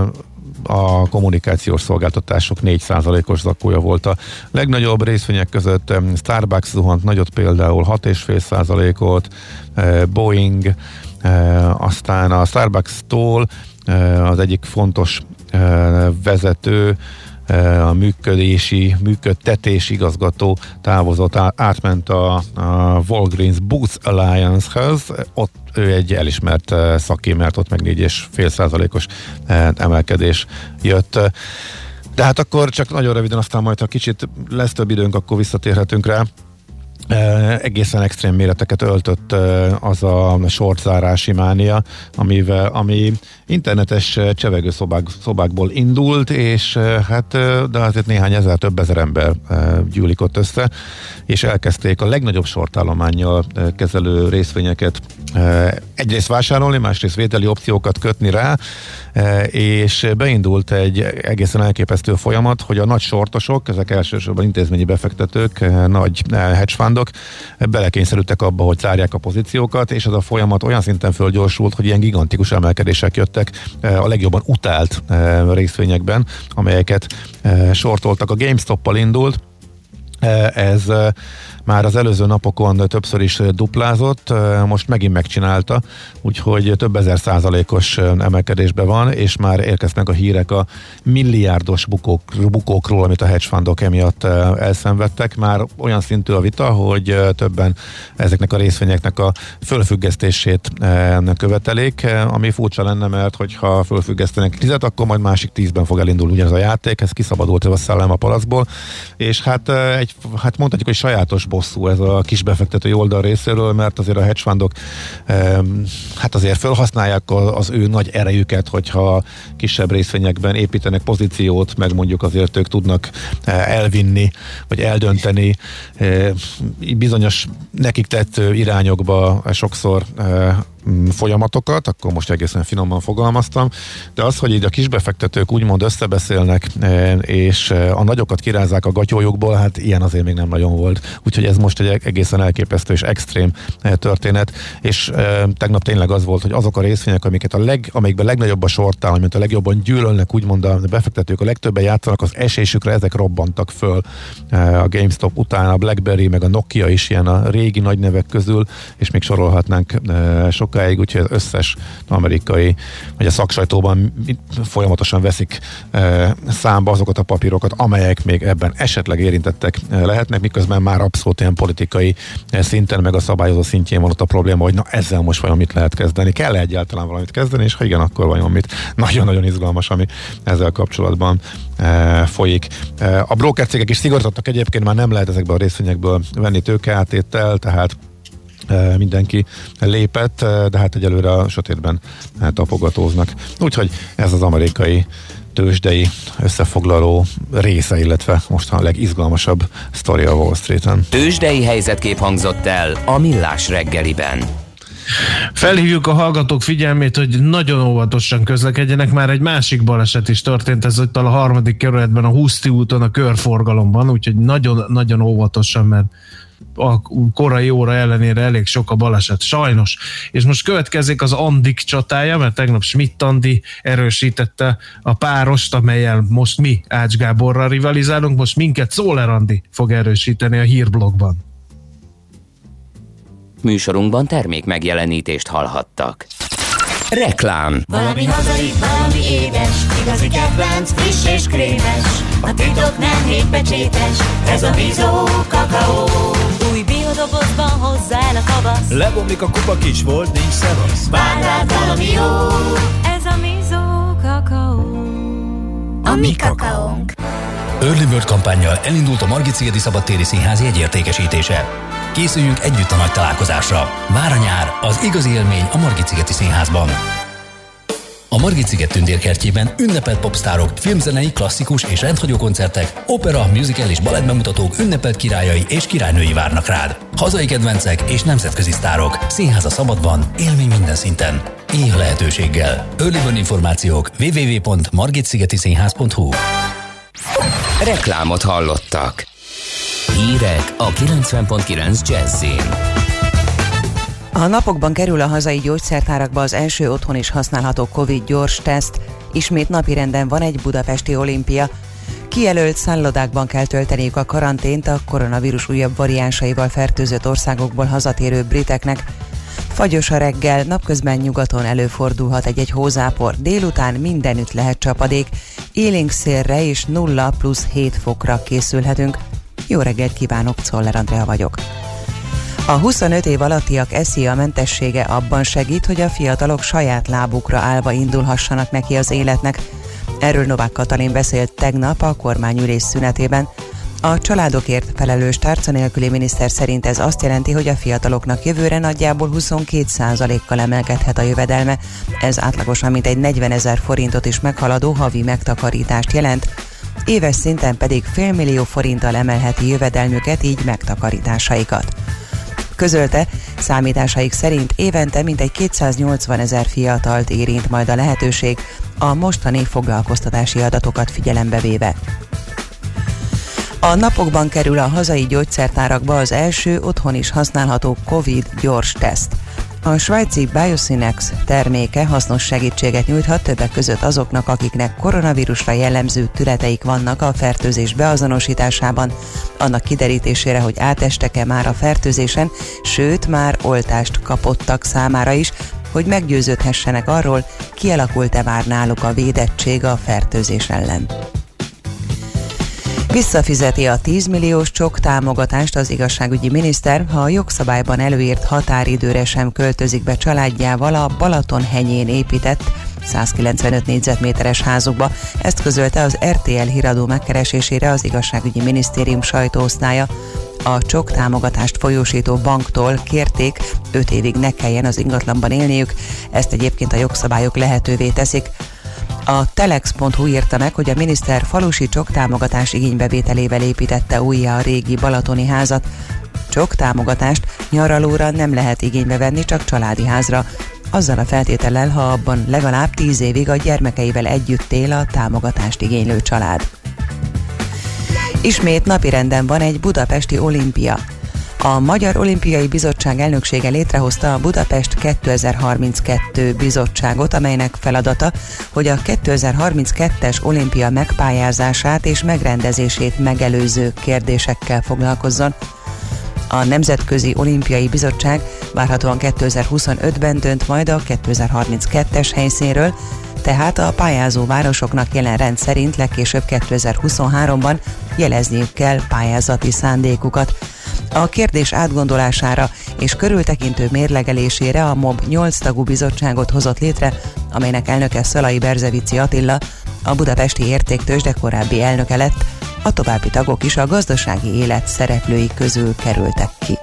a kommunikációs szolgáltatások négy százalékos zakója volt a legnagyobb részvények között. Starbucks zuhant nagyot, például hat egész öt százalékot, Boeing, aztán a Starbucks-tól az egyik fontos vezető, a működési, működtetési igazgató távozott, átment a, a Walgreens Boots Alliance-hez, ott ő egy elismert szakember, ott meg négy egész öt százalékos emelkedés jött. De hát akkor csak nagyon röviden, aztán majd, ha kicsit lesz több időnk, akkor visszatérhetünk rá. Uh, egészen extrém méreteket öltött uh, az a sortzárási mánia, amivel, ami internetes uh, csevegő szobák, szobákból indult, és uh, hát uh, de azért néhány ezer, több ezer ember uh, gyűlik ott össze, és elkezdték a legnagyobb sortállománnyal uh, kezelő részvényeket uh, egyrészt vásárolni, másrészt vételi opciókat kötni rá, uh, és beindult egy egészen elképesztő folyamat, hogy a nagy sortosok, ezek elsősorban intézményi befektetők, uh, nagy uh, hedge fundok, belekényszerültek abba, hogy zárják a pozíciókat, és ez a folyamat olyan szinten fölgyorsult, hogy ilyen gigantikus emelkedések jöttek a legjobban utált részvényekben, amelyeket sortoltak. A GameStop-pal indult, ez már az előző napokon többször is duplázott, most megint megcsinálta, úgyhogy több ezer százalékos emelkedésben van, és már érkeznek a hírek a milliárdos bukók, bukókról, amit a hedge fundok emiatt elszenvedtek. Már olyan szintű a vita, hogy többen ezeknek a részvényeknek a fölfüggesztését követelik, ami furcsa lenne, mert hogyha fölfüggesztenek tízet, akkor majd másik tízben fog elindulni ugyanaz a játék, ez kiszabadult ez a szellem a palaszból, és hát, egy, hát mondhatjuk, hogy sajátos bosszú ez a kisbefektetői oldal részéről, mert azért a hedge fundok hát azért felhasználják az ő nagy erejüket, hogyha kisebb részvényekben építenek pozíciót, meg mondjuk azért ők tudnak elvinni, vagy eldönteni bizonyos nekik tetsző irányokba sokszor folyamatokat, akkor most egészen finoman fogalmaztam, de az, hogy így a kisbefektetők úgymond összebeszélnek, és a nagyokat kirázzák a gatyójukból, hát ilyen azért még nem nagyon volt. Úgyhogy ez most egy egészen elképesztő és extrém történet, és tegnap tényleg az volt, hogy azok a részvények, amiket a leg, amikben legnagyobb a sortállam, mint a legjobban gyűlölnek, úgymond a befektetők, a legtöbben játszanak az esésükre, ezek robbantak föl. A GameStop után a BlackBerry, meg a Nokia is ilyen a régi nagy nevek közül, és még sorolhatnánk sok úgyhogy az összes amerikai, vagy a szaksajtóban folyamatosan veszik e, számba azokat a papírokat, amelyek még ebben esetleg érintettek e, lehetnek, miközben már abszolút ilyen politikai e, szinten, meg a szabályozó szintjén van ott a probléma, hogy na ezzel most vajon mit lehet kezdeni, kell egyáltalán valamit kezdeni, és ha igen, akkor vajon mit. Nagyon-nagyon izgalmas, ami ezzel kapcsolatban e, folyik. E, a broker cégek is szigorítottak, egyébként már nem lehet ezekből a részvényekből venni tőkeáttéttel, tehát mindenki lépett, de hát egyelőre a sötétben tapogatóznak. Úgyhogy ez az amerikai tőzsdei összefoglaló része, illetve most a legizgalmasabb sztori a Wall Streeten. Tőzsdei helyzetkép hangzott el a Millás reggeliben. Felhívjuk a hallgatók figyelmét, hogy nagyon óvatosan közlekedjenek. Már egy másik baleset is történt, ez ott a harmadik kerületben, a Huszti úton, a körforgalomban, úgyhogy nagyon-nagyon óvatosan, mert a korai óra ellenére elég sok a baleset, sajnos. És most következik az Andik csatája, mert tegnap Schmidt Andi erősítette a párost, amellyel most mi Ács Gáborral rivalizálunk, most minket Szóler Andi fog erősíteni a hírblogban. Műsorunkban termék megjelenítést hallhattak. Reklám. Valami hazai, valami édes, igazi kedvenc, friss és krémes. A titok nem hétpecsétes, ez a Mizó kakaó. Új biodobozban hozzá el a kavasz. Lebomlik a kupa, kis volt, nincs szevasz. Vár rád valami jó, ez a Mizó kakaó. A mi kakaónk. Early Bird kampánnyal elindult a Margit-szigeti Szabadtéri Színház jegyértékesítése. Készüljünk együtt a nagy találkozásra. Vár a nyár, az igazi élmény a Margit-szigeti Színházban. A Margit-sziget tündérkertjében ünnepelt popstárok, filmzenei, klasszikus és rendhagyó koncertek, opera, musical és balettbemutatók, ünnepelt királyai és királynői várnak rád. Hazai kedvencek és nemzetközi sztárok. Színház a szabadban, élmény minden szinten. Élj a lehetőséggel. Early Bird információk double-u double-u double-u pont margitszigeti színház pont hu. Reklámot hallottak. Hírek a kilencven pont kilenc Jazzin. A napokban kerül a hazai gyógyszertárakba az első otthon is használható Covid gyors teszt. Ismét napirenden van egy budapesti olimpia. Kijelölt szállodákban kell tölteniük a karantént a koronavírus újabb variánsaival fertőzött országokból hazatérő briteknek. Fagyos a reggel, napközben nyugaton előfordulhat egy-egy hózápor, délután mindenütt lehet csapadék, élénk szélre és nulla plusz hét fokra készülhetünk. Jó reggelt kívánok, Czoller Andrea vagyok. A huszonöt év alattiak es zé á mentessége abban segít, hogy a fiatalok saját lábukra állva indulhassanak neki az életnek. Erről Novák Katalin beszélt tegnap a kormányülés szünetében. A családokért felelős tárca nélküli miniszter szerint ez azt jelenti, hogy a fiataloknak jövőre nagyjából huszonkét százalékkal emelkedhet a jövedelme. Ez átlagosan mintegy negyvenezer forintot is meghaladó havi megtakarítást jelent, éves szinten pedig félmillió forinttal emelheti jövedelmüket, így megtakarításaikat. Közölte, számításaik szerint évente mintegy kétszáznyolcvanezer fiatalt érint majd a lehetőség, a mostani foglalkoztatási adatokat figyelembe véve. A napokban kerül a hazai gyógyszertárakba az első otthon is használható Covid gyors teszt. A svájci Biosinex terméke hasznos segítséget nyújthat többek között azoknak, akiknek koronavírusra jellemző tüneteik vannak a fertőzés beazonosításában, annak kiderítésére, hogy átestek-e már a fertőzésen, sőt már oltást kapottak számára is, hogy meggyőződhessenek arról, kialakult-e már náluk a védettség a fertőzés ellen. Visszafizeti a tíz milliós csok támogatást az igazságügyi miniszter, ha a jogszabályban előírt határidőre sem költözik be családjával a Balatonhenyén épített százkilencvenöt négyzetméteres házukba. Ezt közölte az er té el híradó megkeresésére az igazságügyi minisztérium sajtóosztálya. A csok támogatást folyósító banktól kérték, öt évig ne kelljen az ingatlanban élniük, ezt egyébként a jogszabályok lehetővé teszik. A telex pont hu írta meg, hogy a miniszter falusi csoktámogatás igénybevételével építette újjá a régi balatoni házat. Csoktámogatást nyaralóra nem lehet igénybe venni, csak családi házra, azzal a feltétellel, ha abban legalább tíz évig a gyermekeivel együtt él a támogatást igénylő család. Ismét napirenden van egy budapesti olimpia. A Magyar Olimpiai Bizottság elnöksége létrehozta a Budapest kétezer-harminckettő bizottságot, amelynek feladata, hogy a kétezer-harminckettes olimpia megpályázását és megrendezését megelőző kérdésekkel foglalkozzon. A Nemzetközi Olimpiai Bizottság várhatóan kétezer-huszonötben dönt majd a kétezer-harminckettes helyszínről, tehát a pályázó városoknak jelen rend szerint legkésőbb kétezer-huszonháromban jelezniük kell pályázati szándékukat. A kérdés átgondolására és körültekintő mérlegelésére a MOB nyolc tagú bizottságot hozott létre, amelynek elnöke Szalai Berzevici Attila, a budapesti értéktőzsde korábbi elnöke lett, a további tagok is a gazdasági élet szereplői közül kerültek ki.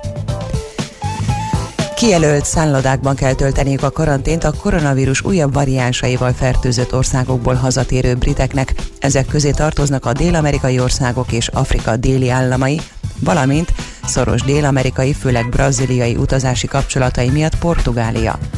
Kijelölt szállodákban kell tölteniük a karantént a koronavírus újabb variánsaival fertőzött országokból hazatérő briteknek. Ezek közé tartoznak a dél-amerikai országok és Afrika déli államai, valamint szoros dél-amerikai, főleg brazíliai utazási kapcsolatai miatt Portugália.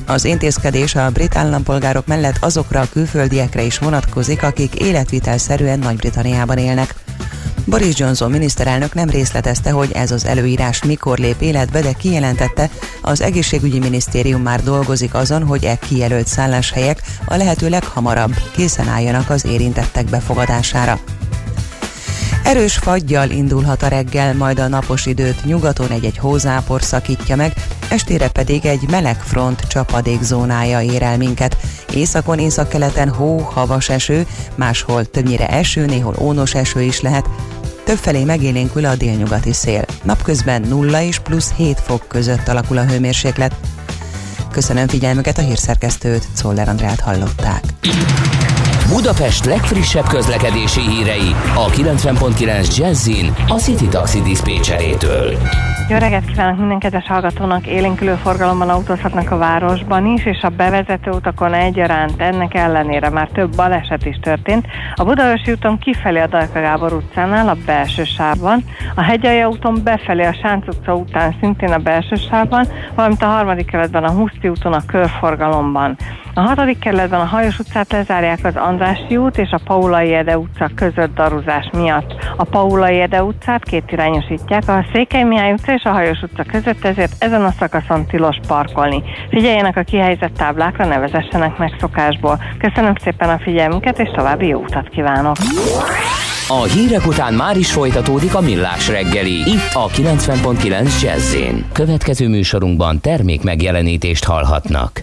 Az intézkedés a brit állampolgárok mellett azokra a külföldiekre is vonatkozik, akik életvitelszerűen Nagy-Britanniában élnek. Boris Johnson miniszterelnök nem részletezte, hogy ez az előírás mikor lép életbe, de kijelentette, az egészségügyi minisztérium már dolgozik azon, hogy e kijelölt szálláshelyek a lehető leghamarabb készen álljanak az érintettek befogadására. Erős faggyal indulhat a reggel, majd a napos időt nyugaton egy-egy hózápor szakítja meg, estére pedig egy meleg front csapadékzónája ér el minket. Északon, északkeleten hó, havas eső, máshol többnyire eső, néhol ónos eső is lehet. Többfelé megélénkül a délnyugati szél. Napközben nulla és plusz hét fok között alakul a hőmérséklet. Köszönöm figyelmüket, a hírszerkesztőt, Czoller Andrát hallották. Budapest legfrissebb közlekedési hírei a kilencven pont kilenc Jazzin a City Taxi diszpécserétől. Jó reggelt kívánok minden kedves hallgatónak! Élénkülő forgalomban autózhatnak a városban is, és a bevezető utakon egyaránt. Ennek ellenére már több baleset is történt. A Budaörsi úton kifelé a Dajka Gábor utcánál, a belső sávban, a Hegyalja úton befelé a Sánc utca után szintén a belső sávban, valamint a harmadik kerületben a Huszti úton a körforgalomban. A hatodik kerületben a Hajós utcát lezárják az Andrássy út és a Paulay Ede utca között daruzás miatt. A Paulay Ede utcát kétirányosítják, a Székely Mihály utca és a Hajós utca között, ezért ezen a szakaszon tilos parkolni. Figyeljenek a kihelyezett táblákra, ne vezessenek megszokásból. Köszönöm szépen a figyelmüket, és további jó utat kívánok! A hírek után már is folytatódik a Millás reggeli, itt a kilencven pont kilenc Jazz-én. Következő műsorunkban termék megjelenítést hallhatnak.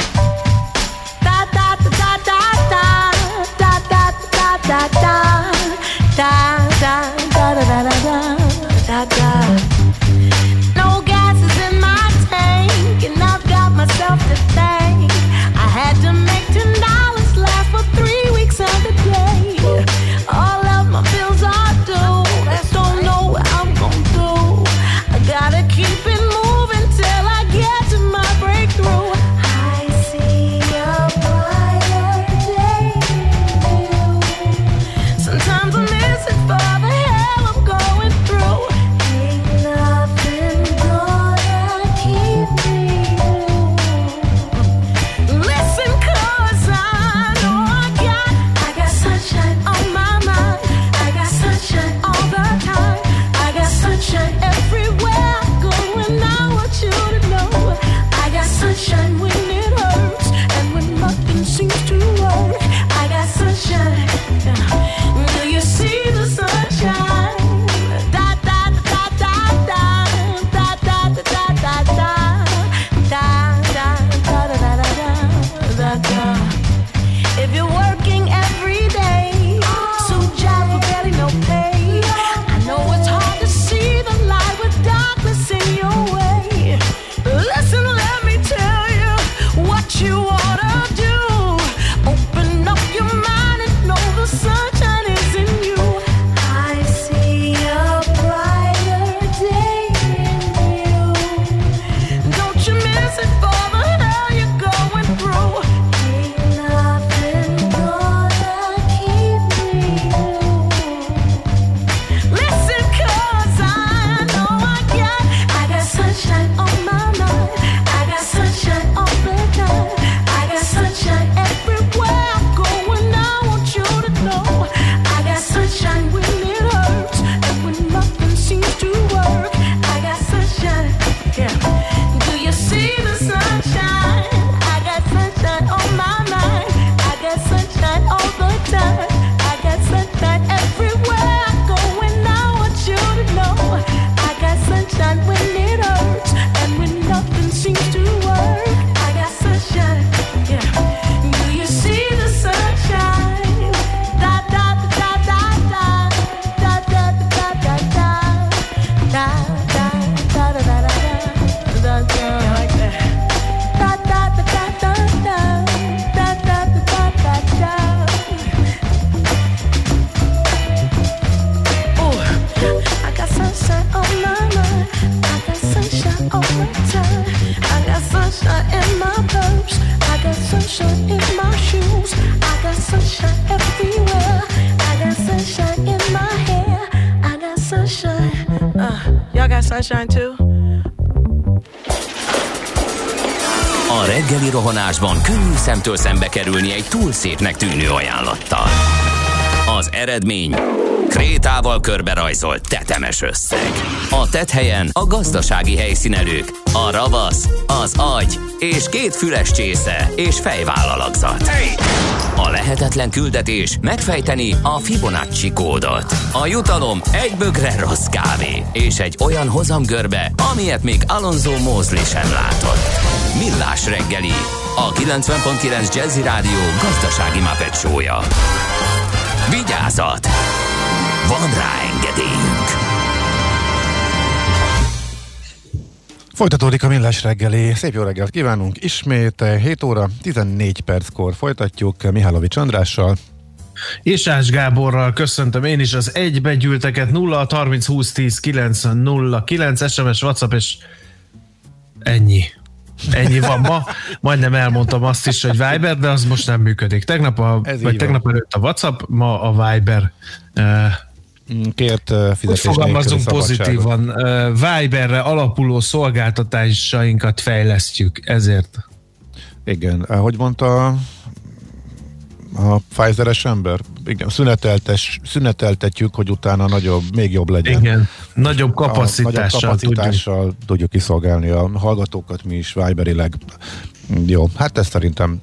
No gas is in my tank, and I've got myself to thank. I had to make ten dollars last for three weeks of the day. All of my bills are due, I don't know what I'm gonna do. I gotta keep it moving till I get to my breakthrough. I see a brighter day in you. Sometimes I miss it for the hell I'm going through. Ain't nothing gonna keep me you. Listen, cause I know I got, I got sunshine on my mind. I got sunshine all the time. I got sunshine everywhere I go, and I want you to know I got sunshine when it hurts and when nothing seems to work. I got sunshine. Do you see the sunshine? Da da da da da da da da da da da da da da da da da. If you're working every day, suit job for barely no pay. I know it's hard to see the light with darkness in your way. Listen, let me tell you what you ought to do. Open up your mind and know the sunshine is in you. I see a brighter day in you. Don't you miss it for the hell you're going through. Ain't nothing gonna keep me you. Listen, cause I know I got, I got sunshine on my mind. I got sunshine all the time. I got sunshine everywhere I go, and I want you to know I got sunshine when it hurts and when nothing seems to work. I got sunshine, yeah. Do you see the sunshine? I got sunshine on my mind. I got sunshine all the time. I got sunshine everywhere I go, and I want you to know I got sunshine when it hurts and when nothing seems to work. I got sunshine, yeah. Do you see the sunshine? Da da da da da da da da da da da da da da da da da. Like that. Da da da da da da da da da da da. Ooh, I got sunshine on my mind. I got sunshine all the time. I got sunshine in my purse. I got sunshine in my shoes. I got sunshine everywhere. I got sunshine in my hair. I got sunshine. Uh, y'all got sunshine too? A reggeli rohanásban könnyű szemtől szembe kerülni egy túl szépnek tűnő ajánlattal. Az eredmény krétával körberajzolt tetemes összeg. A tetthelyen a gazdasági helyszínelők, a ravasz, az agy és két füles csésze és fejvállalakzat. A lehetetlen küldetés megfejteni a Fibonacci kódot. A jutalom egy bögre rossz kávé és egy olyan hozamgörbe, amilyet még Alonso Mosley sem látott. Millás reggeli, a kilencven pont kilenc Jazzy Rádió gazdasági Muppet show-ja. Vigyázat! Van rá engedélyünk! Folytatódik a Millás reggeli. Szép jó reggelt kívánunk! Ismét hét óra tizennégy perckor folytatjuk Mihálovics Andrással. És Ács Gáborral köszöntöm én is az egybegyűlteket. Nulla harminc húsz tíz kilenc nulla kilenc es em es, WhatsApp és ennyi. Ennyi van ma. Majdnem elmondtam azt is, hogy Viber, de az most nem működik. Tegnap, a, vagy tegnap előtt a WhatsApp, ma a Viber. Kért fizetés fogalmazunk pozitívan. Viberre alapuló szolgáltatásainkat fejlesztjük, ezért. Igen, ahogy mondta a Pfizeres ember, igen, szüneteltes, szüneteltetjük, hogy utána nagyobb, még jobb legyen. Igen, nagyobb kapacitással, nagyobb kapacitással tudjuk. tudjuk kiszolgálni a hallgatókat, mi is Viberileg. Jó, hát ezt szerintem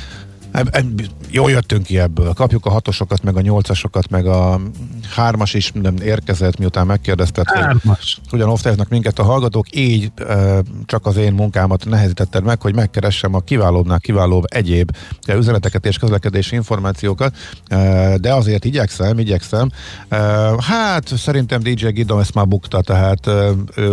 jól jöttünk ki ebből. Kapjuk a hatosokat, meg a nyolcasokat, meg a hármas is nem érkezett, miután megkérdezted, hogy hogyan osztályoznak minket a hallgatók, így e, csak az én munkámat nehezítetted meg, hogy megkeressem a kiválóbbnál kiválóbb egyéb üzeneteket és közlekedési információkat, e, de azért igyekszem, igyekszem. E, hát szerintem dé dzsé Gidom ezt már bukta, tehát e,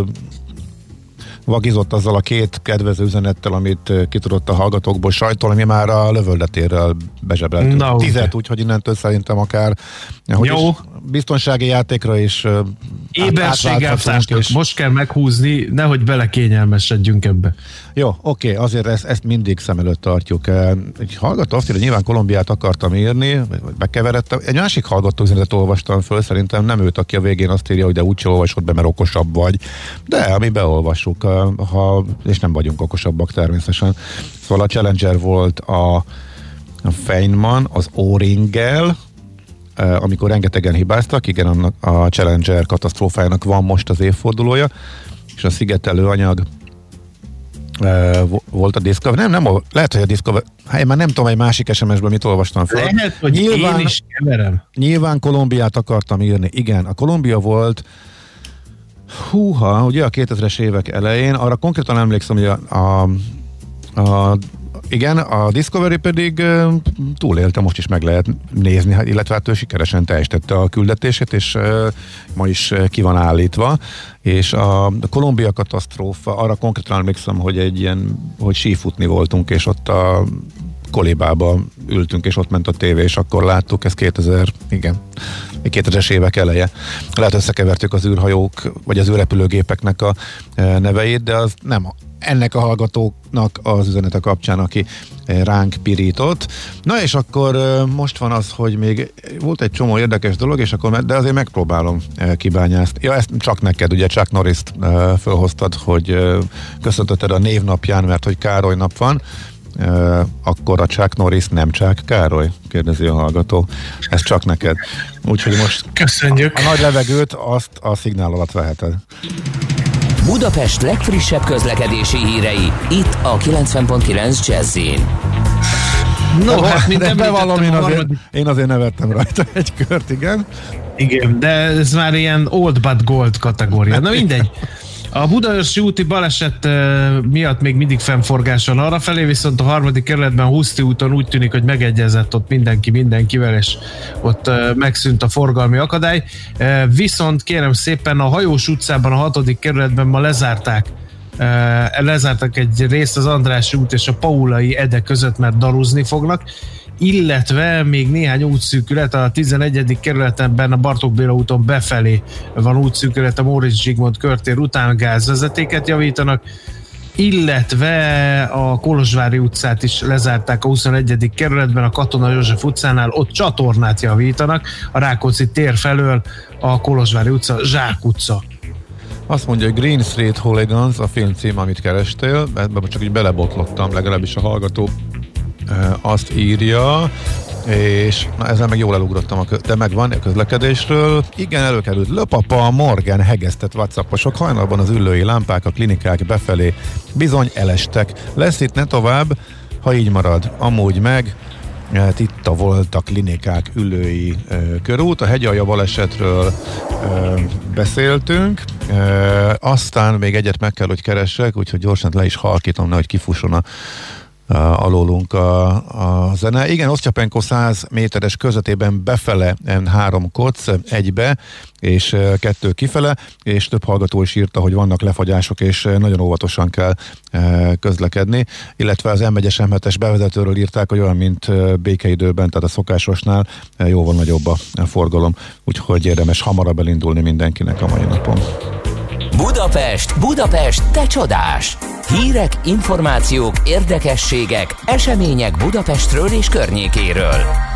vagizott azzal a két kedvező üzenettel, amit ki tudott a hallgatókból sajtolni, mi már a lövöldetérrel bezsebreltünk no, tizet, úgyhogy innentől szerintem akár jó. Biztonsági játékra is éberséggel és... most kell meghúzni, nehogy belekényelmesedjünk ebbe. Jó, oké, azért ezt, ezt mindig szem előtt tartjuk. Egy hallgató azt írja, hogy nyilván Kolumbiát akartam írni, vagy bekeveredtem. Egy másik hallgató üzenetet olvastam föl, szerintem nem őt, aki a végén azt írja, hogy de úgyse olvasod be, mert okosabb vagy. De, ami beolvassuk, ha, és nem vagyunk okosabbak természetesen. Szóval a Challenger volt a, a Feynman, az O-ringgel, amikor rengetegen hibáztak, igen, annak a Challenger katasztrófájának van most az évfordulója, és a szigetelő anyag e, volt a Discovery. Nem, nem, lehet, hogy a Discovery, hát én már nem tudom, egy másik es em es-ből mit olvastam fel. Lehet, hogy nyilván, én is keverem. Nyilván Kolumbiát akartam írni. Igen, a Kolumbia volt húha, ugye a kétezres évek elején, arra konkrétan emlékszem, hogy a, a, a igen, a Discovery pedig uh, túlélte, most is meg lehet nézni, illetve hát ő sikeresen teljesítette a küldetését, és uh, ma is uh, ki van állítva, és a, a Kolumbia katasztrófa, arra konkrétan emlékszem, hogy egy ilyen, hogy sífutni voltunk, és ott a kolibába ültünk, és ott ment a tévé, és akkor láttuk, ez kétezer, igen, kétezres évek eleje. Lehet összekevertük az űrhajók, vagy az űrrepülőgépeknek a uh, neveit, de az nem ennek a hallgatóknak az üzenete kapcsán, aki ránk pirított. Na és akkor most van az, hogy még volt egy csomó érdekes dolog, és akkor, de azért megpróbálom kibányászni. Ja, ezt csak neked, ugye Chuck Norris-t fölhoztad, hogy köszöntötted a névnapján, mert hogy Károly nap van. Akkor a Chuck Norris nem Chuck Károly? Kérdezi a hallgató. Ez csak neked. Úgyhogy most köszönjük. A, a nagy levegőt azt a szignál alatt veheted. Budapest legfrissebb közlekedési hírei, itt a kilencven pont kilenc Jazz-in. No, de hát mint bevallom, én, azért, én azért nevettem rajta egy kört, igen. Igen, de ez már ilyen old but gold kategória. Na mindegy. A Budaörsi úti baleset miatt még mindig fennforgás van arrafelé, viszont a harmadik kerületben Huszti úton úgy tűnik, hogy megegyezett ott mindenki mindenkivel, és ott megszűnt a forgalmi akadály. Viszont kérem szépen a Hajós utcában, a hatodik kerületben ma lezárták lezártak egy részt az Andrássy út és a Paulai Ede között, mert daruzni fognak, illetve még néhány útszűkület, a tizenegyedik kerületben a Bartók Béla úton befelé van útszűkület, a Móricz Zsigmond körtér után gázvezetéket javítanak, illetve a Kolozsvári utcát is lezárták a huszonegyedik kerületben, a Katona József utcánál, ott csatornát javítanak, a Rákóczi tér felől a Kolozsvári utca, Zsák utca. Azt mondja, hogy Green Street Hooligans a filmcím, amit kerestél, ebben csak így belebotlottam, legalábbis a hallgató azt írja, és na, ezzel meg jól elugrottam, a kö- de megvan a közlekedésről. Igen, előkerült Löpapa, Morgan, hegesztett WhatsApposok, hajnalban az üllői lámpák, a klinikák befelé bizony elestek. Lesz itt ne tovább, ha így marad. Amúgy meg titta volt a klinikák ülői e, körút, a hegyalja balesetről e, beszéltünk, e, aztán még egyet meg kell, hogy keressek, úgyhogy gyorsan le is halkítom, nehogy kifusson a alólunk a, a zene. Igen, Osztyapenko száz méteres közvetében befele en három koc egybe, és kettő kifele, és több hallgató is írta, hogy vannak lefagyások, és nagyon óvatosan kell közlekedni, illetve az em egyes em hetes bevezetőről írták, hogy olyan, mint békeidőben, tehát a szokásosnál jóval nagyobb a forgalom, úgyhogy érdemes hamarabb elindulni mindenkinek a mai napon. Budapest, Budapest, te csodás! Hírek, információk, érdekességek, események Budapestről és környékéről.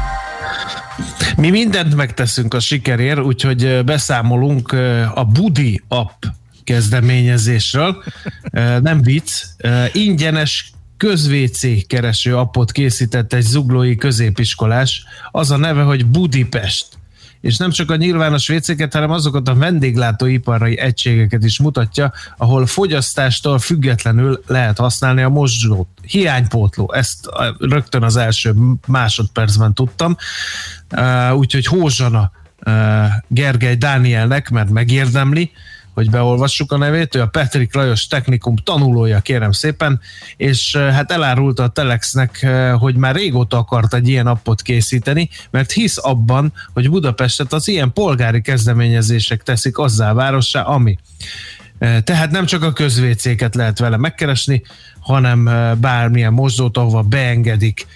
Mi mindent megteszünk a sikerért, úgyhogy beszámolunk a Budi app kezdeményezésről. Nem vicc, ingyenes közvécé kereső appot készített egy zuglói középiskolás. Az a neve, hogy Budipest. És nem csak a nyilvános vécéket, hanem azokat a vendéglátóipari egységeket is mutatja, ahol fogyasztástól függetlenül lehet használni a mosdót. Hiánypótló, ezt rögtön az első másodpercben tudtam. Úgyhogy Hózsana Gergely Dánielnek, mert megérdemli, hogy beolvassuk a nevét, ő a Petrik Lajos Technikum tanulója, kérem szépen, és hát elárulta a Telexnek, hogy már régóta akart egy ilyen appot készíteni, mert hisz abban, hogy Budapestet az ilyen polgári kezdeményezések teszik azzá a várossá, ami. Tehát nem csak a közvécéket lehet vele megkeresni, hanem bármilyen mosdót, ahova beengedik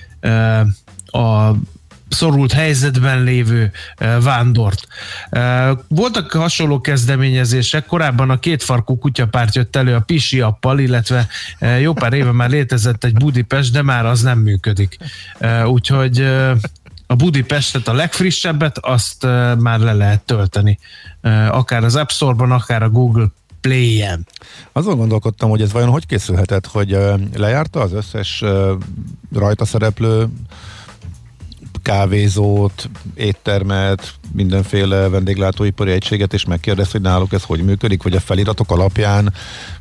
a szorult helyzetben lévő uh, vándort. Uh, voltak hasonló kezdeményezések, korábban a kétfarkú kutyapárt jött elő a Pisi appal, illetve uh, jó pár éve már létezett egy Budipest, de már az nem működik. Uh, úgyhogy uh, a Budipestet, a legfrissebbet, azt uh, már le lehet tölteni. Uh, akár az App Store-ban, akár a Google Play-en. Azon gondolkodtam, hogy ez vajon hogy készülhetett, hogy uh, lejárta az összes uh, rajta szereplő kávézót, éttermet, mindenféle vendéglátóipari egységet, és megkérdez, hogy náluk ez hogy működik, vagy a feliratok alapján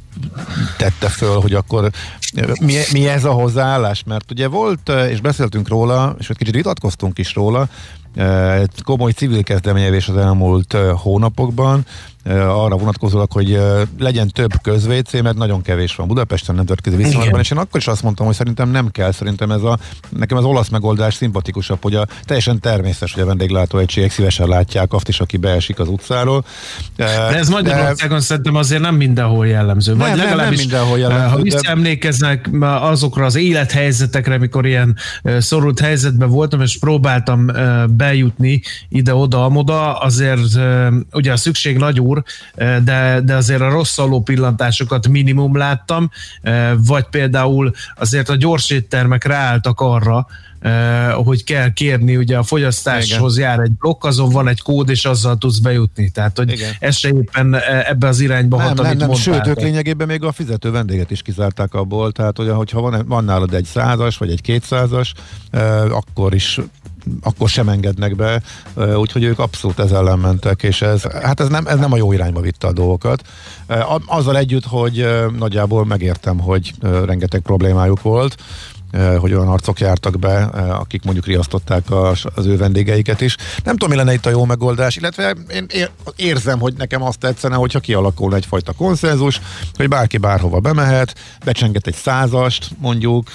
tette föl, hogy akkor mi, mi ez a hozzáállás? Mert ugye volt, és beszéltünk róla, és egy kicsit vitatkoztunk is róla, komoly civil kezdeményezés az elmúlt hónapokban, arra vonatkozólag, hogy legyen több közvécé, mert nagyon kevés van Budapesten, nemzetközi viszonylatban, és én akkor is azt mondtam, hogy szerintem nem kell, szerintem ez a, nekem az olasz megoldás szimpatikusabb, hogy a teljesen természetes, hogy a vendéglátóegységek szívesen látják azt is, aki beesik az utcáról. De ez Magyarországon de... szerintem azért nem mindenhol jellemző. Vagy nem, legalábbis, nem mindenhol jellemző. Ha visszaemlékeznek azokra az élethelyzetekre, amikor ilyen szorult helyzetben voltam, és próbáltam bejutni ide-oda-amoda, azért ugye a szükség nagy úr, de, de azért a rossz aló pillantásokat minimum láttam, vagy például azért a gyors éttermek ráálltak arra, hogy kell kérni, ugye a fogyasztáshoz igen. jár egy blokk, azon van egy kód, és azzal tudsz bejutni. Tehát, hogy igen. ez se éppen ebbe az irányba nem, hat, nem, amit nem, mondtál. Sőt, ők lényegében még a fizető vendéget is kizárták abból, tehát hogy, hogyha van, van nálad egy százas, vagy egy kétszázas, akkor is akkor sem engednek be, úgyhogy ők abszolút ez ellen mentek, és ez, hát ez nem, ez nem a jó irányba vitte a dolgokat. Azzal együtt, hogy nagyjából megértem, hogy rengeteg problémájuk volt, hogy olyan arcok jártak be, akik mondjuk riasztották az ő vendégeiket is. Nem tudom, mi lenne itt a jó megoldás, illetve én érzem, hogy nekem azt tetszene, hogyha kialakulna egyfajta konszenzus, hogy bárki bárhova bemehet, becsenget egy százast mondjuk,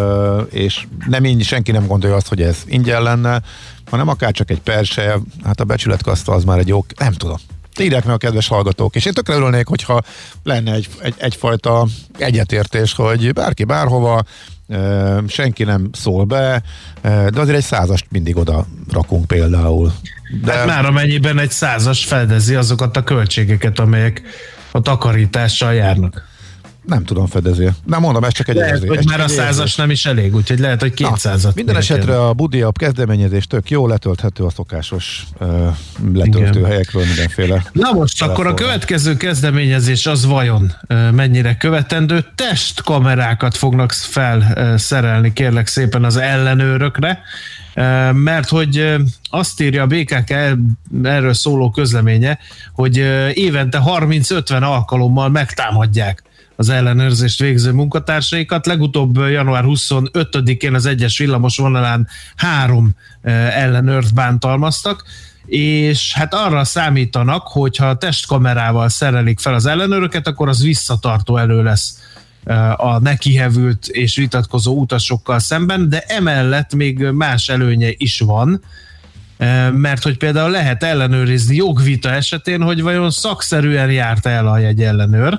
és nem így senki nem gondolja azt, hogy ez ingyen lenne, hanem akár csak egy perse, hát a becsületkaszta az már egy jó, nem tudom. Írják meg a kedves hallgatók, és én tökre örülnék, hogyha lenne egy, egy, egyfajta egyetértés, hogy bárki bárhova, senki nem szól be, de azért egy százast mindig oda rakunk például. De... Hát már amennyiben egy százas fedezi azokat a költségeket, amelyek a takarítással járnak. Nem tudom, fedezél. Nem mondom, ez csak egy lehet, érzés. hogy már a százas nem is elég, úgyhogy lehet, hogy kétszázat. Minden esetre a Budi App kezdeményezés tök jó, letölthető a szokásos uh, letöltő Igen. helyekről mindenféle. Na most akkor a következő kezdeményezés az vajon uh, mennyire követendő? Testkamerákat fognak felszerelni, kérlek szépen, az ellenőrökre, uh, mert hogy uh, azt írja a bé ká ká erről szóló közleménye, hogy uh, évente harminc-ötven alkalommal megtámadják az ellenőrzést végző munkatársaikat. Legutóbb január huszonötödikén az egyes villamos vonalán három ellenőrt bántalmaztak, és hát arra számítanak, hogyha a testkamerával szerelik fel az ellenőröket, akkor az visszatartó elő lesz a nekihevült és vitatkozó utasokkal szemben, de emellett még más előnye is van, mert hogy például lehet ellenőrizni jogvita esetén, hogy vajon szakszerűen járt el a jegy ellenőr.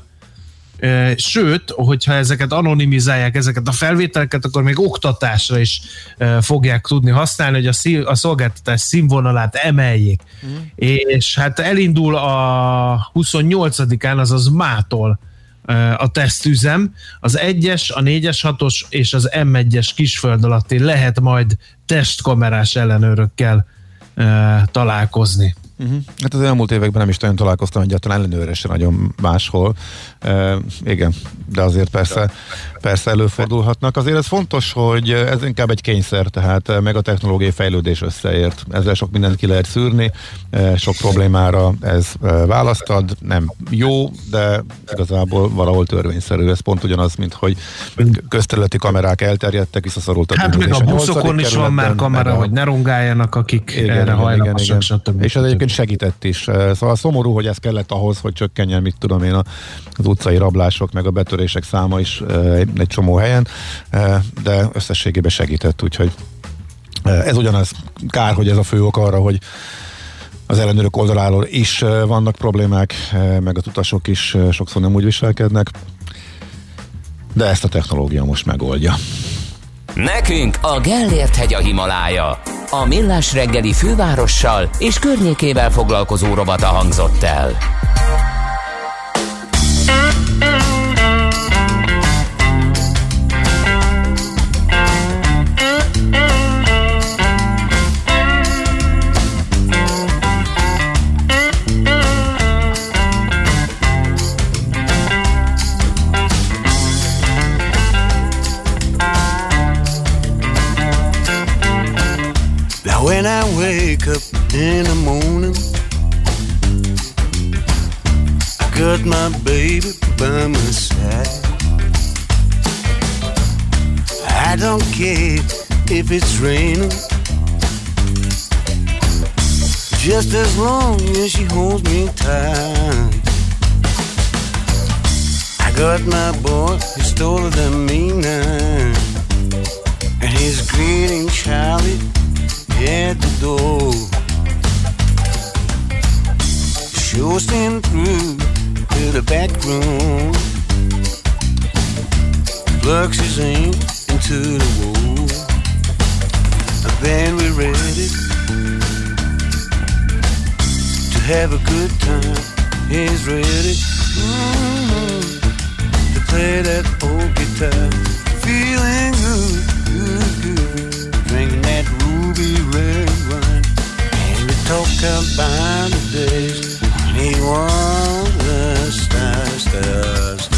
Sőt, hogyha ezeket anonimizálják, ezeket a felvételeket, akkor még oktatásra is fogják tudni használni, hogy a, szín, a szolgáltatás színvonalát emeljék. Mm. És hát elindul a huszonnyolcadikán, azaz mától a tesztüzem, az egyes, a négyes, hatos és az em egyes kisföld alatti lehet majd testkamerás ellenőrökkel találkozni. Uh-huh. Hát az elmúlt években nem is nagyon találkoztam egyáltalán ellenőre se nagyon máshol. E, igen, de azért persze, persze előfordulhatnak. Azért ez fontos, hogy ez inkább egy kényszer, tehát meg a technológiai fejlődés összeért. Ezzel sok mindent ki lehet szűrni, sok problémára ez választ ad. Nem jó, de igazából valahol törvényszerű. Ez pont ugyanaz, mint hogy közterületi kamerák elterjedtek, visszaszorultak. Hát meg a buszokon is van már kamera, a... hogy ne rongáljanak, akik igen, erre hajlamosak, stb. És ez egyébként segített is. Szóval szomorú, hogy ez kellett ahhoz, hogy csökkenjen, mit tudom én, az utcai rablások, meg a betörések száma is egy csomó helyen, de összességében segített, úgyhogy ez ugyanaz. Kár, hogy ez a fő ok arra, hogy az ellenőrök oldaláról is vannak problémák, meg az utasok is sokszor nem úgy viselkednek, de ezt a technológia most megoldja. Nekünk a Gellért-hegy a Himalája. A Millás reggeli fővárossal és környékével foglalkozó rovata hangzott el. When I wake up in the morning, I got my baby by my side. I don't care if it's raining, just as long as she holds me tight. I got my boy, he's taller than me now, and he's greeting Charlie at the door. Shows him through to the back room, plugs his in into the wall, and then we're ready to have a good time. He's ready mm-hmm, to play that old guitar, feeling good, good, good, drinking that ruby red wine, and we talk about the days when he was a star, star, star.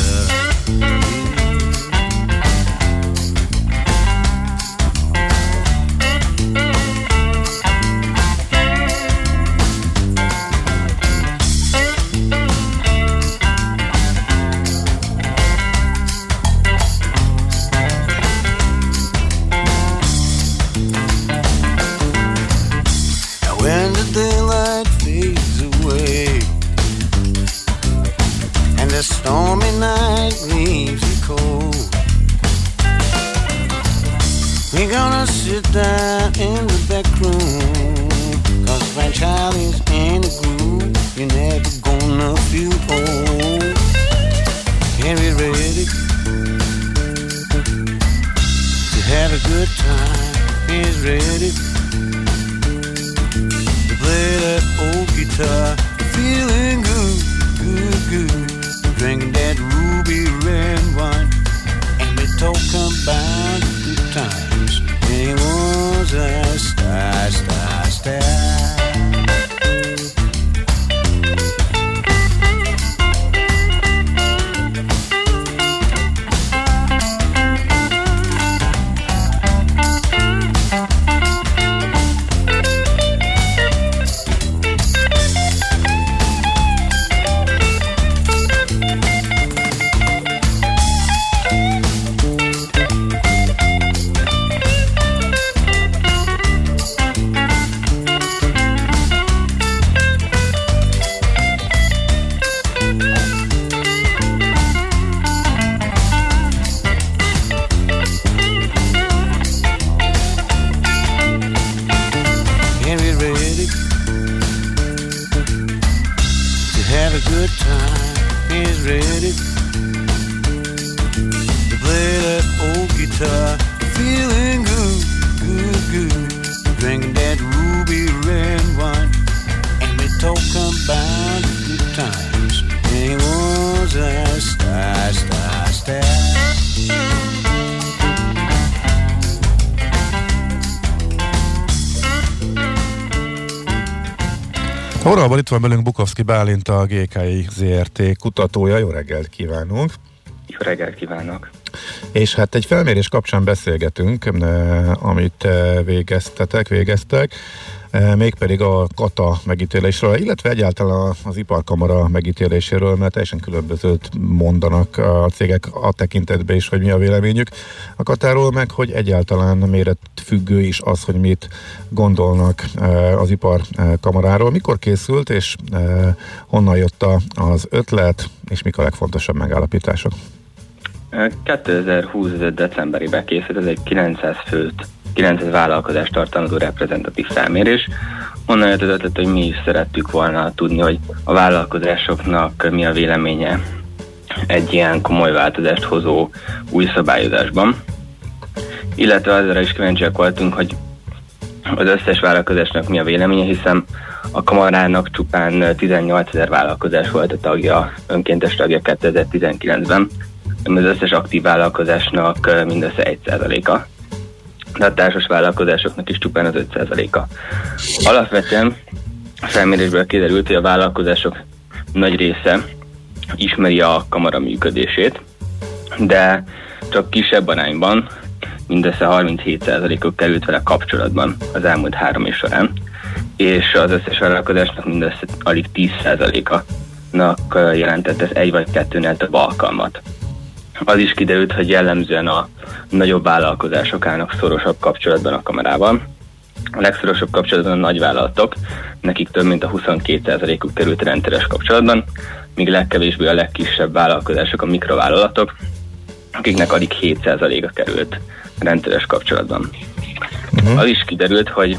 The stormy night leaves you cold. We're gonna sit down in the back room, 'cause when Charlie's in the groove, you're never gonna feel old. And we're ready to have a good time. He's ready to play that old guitar, feeling good, good, good, drinking that ruby red talking about good times. And he was a star, star, star. Óraban itt van velünk Bukovszki Bálint, a gé ká i zé er té kutatója. Jó reggelt kívánunk! Jó reggelt kívánok! És hát egy felmérés kapcsán beszélgetünk, amit végeztetek, végeztek, mégpedig a kata megítélésről, illetve egyáltalán az iparkamara megítéléséről, mert teljesen különbözőt mondanak a cégek a tekintetben is, hogy mi a véleményük a katáról, meg hogy egyáltalán méretfüggő is az, hogy mit gondolnak az iparkamaráról. Mikor készült, és honnan jött az ötlet, és mik a legfontosabb megállapítások? kétezer-húsz decemberében készült, ez egy kilencszáz főt, kilencszáz vállalkozást tartalmazó reprezentatív felmérés. Onnan jött az ötlet, hogy mi is szerettük volna tudni, hogy a vállalkozásoknak mi a véleménye egy ilyen komoly változást hozó új szabályozásban. Illetve azra is kíváncsiak voltunk, hogy az összes vállalkozásnak mi a véleménye, hiszen a kamarának csupán tizennyolcezer vállalkozás volt a tagja, önkéntes tagja kétezer-tizenkilencben, az összes aktív vállalkozásnak mindössze egy százaléka, de a társas vállalkozásoknak is csupán az öt százaléka. Alapvetően a felmérésből kiderült, hogy a vállalkozások nagy része ismeri a kamara működését, de csak kisebb arányban, mindössze harminchét százalékuk került vele kapcsolatban az elmúlt három év során, és az összes vállalkozásnak mindössze alig tíz százaléka-nak jelentett ez egy vagy kettőnél több alkalmat. Az is kiderült, hogy jellemzően a nagyobb vállalkozások állnak szorosabb kapcsolatban a kamarával. A legszorosabb kapcsolatban a nagyvállalatok, nekik több mint a huszonkét százalékuk került rendszeres kapcsolatban, míg legkevésbé a legkisebb vállalkozások, a mikrovállalatok, akiknek alig hét százaléka került rendszeres kapcsolatban. Uh-huh. Az is kiderült, hogy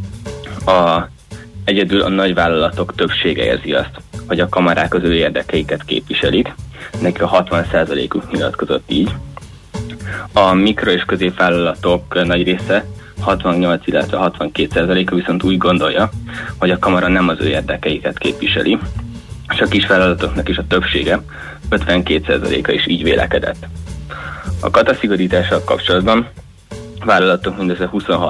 a, egyedül a nagyvállalatok többsége érzi azt, hogy a kamarák az ő érdekeiket képviselik, neki a hatvan százalékuk nyilatkozott így. A mikro- és középvállalatok nagy része, hatvannyolc, illetve hatvankét százaléka viszont úgy gondolja, hogy a kamara nem az ő érdekeiket képviseli, és a kisvállalatoknak is a többsége, ötvenkét százaléka is így vélekedett. A kataszigorítással kapcsolatban a vállalatok mindössze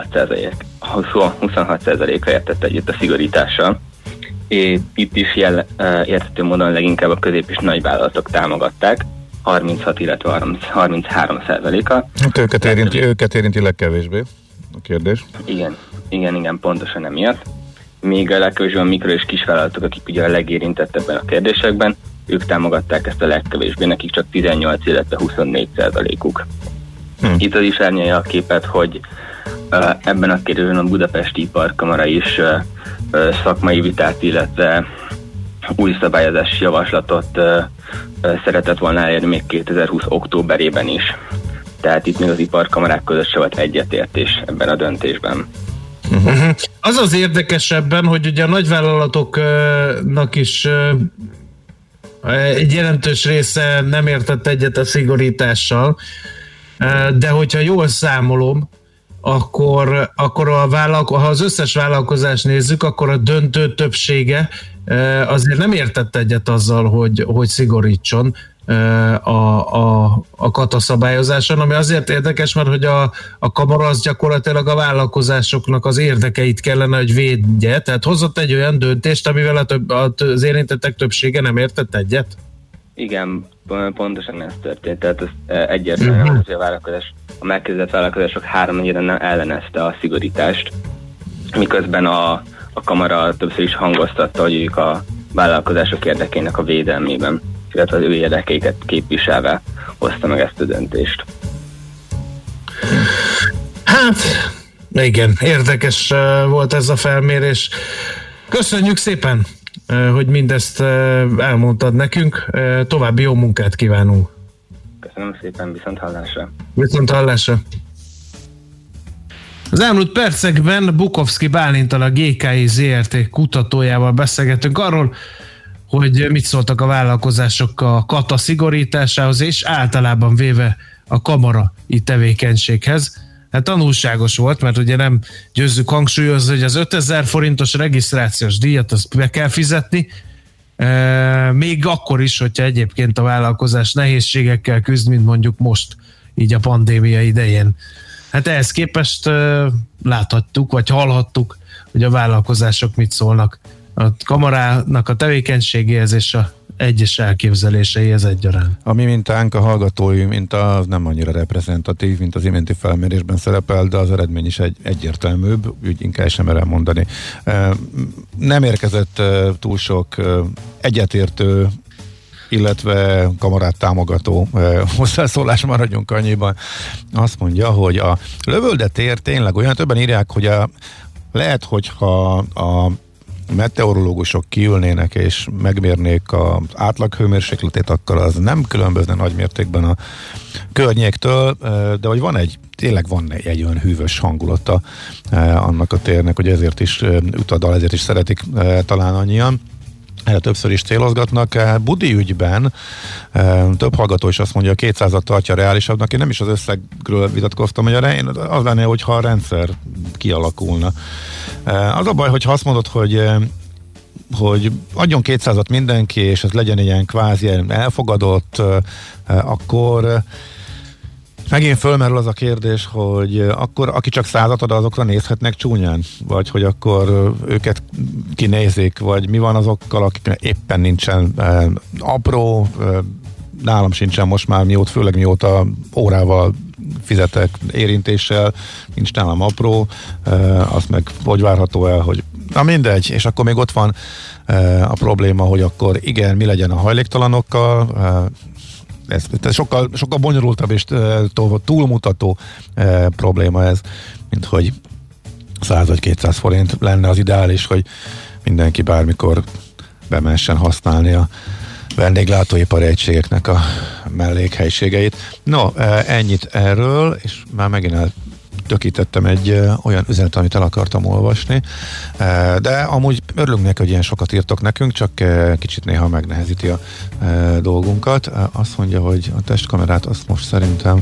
huszonhat százaléka értett együtt a szigorítással, és itt is jel, érthető módon leginkább a közép- és nagyvállalatok támogatták, harminchat, illetve harminchárom százaléka. Hát őket érinti, őket érinti legkevésbé a kérdés. Igen, igen, igen, pontosan emiatt. Még a legkevésbé a mikro- és kisvállalatok, akik ugye a legérintettebben a kérdésekben, ők támogatták ezt a legkevésbé, nekik csak tizennyolc, illetve huszonnégy százalékuk. Hm. Itt az is árnyalja a képet, hogy uh, ebben a kérdésben a Budapesti Iparkamara is uh, uh, szakmai vitát, illetve új szabályozási javaslatot uh, uh, szeretett volna elérni még kétezer-húsz októberében is. Tehát itt még az iparkamarák között se volt egyetértés ebben a döntésben. Uh-huh. Az az érdekesebben, hogy ugye a nagyvállalatoknak is egy jelentős része nem értett egyet a szigorítással, de hogyha jól számolom, akkor, akkor a vállalko- ha az összes vállalkozást nézzük, akkor a döntő többsége azért nem értett egyet azzal, hogy, hogy szigorítson. a, a, a kata szabályozáson, ami azért érdekes, mert hogy a, a kamara az gyakorlatilag a vállalkozásoknak az érdekeit kellene, hogy védje, tehát hozott egy olyan döntést, amivel a több, az érintettek többsége nem értett egyet? Igen, pontosan ez történt, tehát ez egyértelműen uh-huh. hogy a vállalkozás, a megkezdett vállalkozások háromnegyede nem ellenezte a szigorítást, miközben a, a kamara többször is hangoztatta, hogy ők a vállalkozások érdekének a védelmében, illetve az ő érdekeiket képviselve hozta meg ezt a döntést. Hát, igen, érdekes volt ez a felmérés. Köszönjük szépen, hogy mindezt elmondtad nekünk. További jó munkát kívánunk. Köszönöm szépen, viszont hallásra. Viszont hallásra. Az elmúlt percekben Bukovszki Bálinttal, a gé ká i zé er té kutatójával beszélgetünk arról, hogy mit szóltak a vállalkozások a kata szigorításához, és általában véve a kamarai tevékenységhez. Hát tanulságos volt, mert ugye nem győzzük hangsúlyozni, hogy az ötezer forintos regisztrációs díjat azt be kell fizetni, e, még akkor is, hogyha egyébként a vállalkozás nehézségekkel küzd, mint mondjuk most, így a pandémia idején. Hát ehhez képest e, láthattuk, vagy hallhattuk, hogy a vállalkozások mit szólnak a kamarának a tevékenységéhez és a egyes elképzeléseihez egyaránt. A mi mintánk, a hallgatói minta az nem annyira reprezentatív, mint az iménti felmérésben szerepel, de az eredmény is egy, egyértelműbb, úgy inkább sem merem mondani. Nem érkezett túl sok egyetértő, illetve kamarát támogató hozzászólás, maradjunk annyiban. Azt mondja, hogy a lövöldetér tényleg olyan, többen írják, hogy a, lehet, hogyha a meteorológusok kiülnének és megmérnék az átlag hőmérsékletét, akkor az nem különbözne nagy mértékben a környéktől, de hogy van egy, tényleg van egy, egy olyan hűvös hangulata annak a térnek, hogy ezért is üt a dal, ezért is szeretik talán annyian. Erre többször is célozgatnak. Budi ügyben több hallgató is azt mondja, hogy kétszázat tartja reálisabbnak. Én nem is az összegről vitatkoztam, hogy az lenne, hogyha a rendszer kialakulna. Az a baj, hogyha azt mondod, hogy hogy adjon kétszázat mindenki, és ez legyen ilyen kvázi elfogadott, akkor megint fölmerül az a kérdés, hogy akkor aki csak százat ad, azokra nézhetnek csúnyán? Vagy hogy akkor őket kinézik? Vagy mi van azokkal, akik éppen nincsen eh, apró, eh, nálam sincsen most már mióta, főleg mióta órával fizetek érintéssel, nincs nálam apró, eh, azt meg hogy várható el, hogy na mindegy, és akkor még ott van eh, a probléma, hogy akkor igen, mi legyen a hajléktalanokkal, eh, Ez, ez sokkal, sokkal bonyolultabb és túlmutató e, probléma ez, mint hogy száz vagy kétszáz forint lenne az ideális, hogy mindenki bármikor bemessen használni a vendéglátóipari egységeknek a mellékhelységeit. No, e, ennyit erről, és már megint el tökítettem egy ö, olyan üzenet, amit el akartam olvasni, e, de amúgy örülünk neki, hogy ilyen sokat írtok nekünk, csak e, kicsit néha megnehezíti a e, dolgunkat. E, azt mondja, hogy a testkamerát azt most szerintem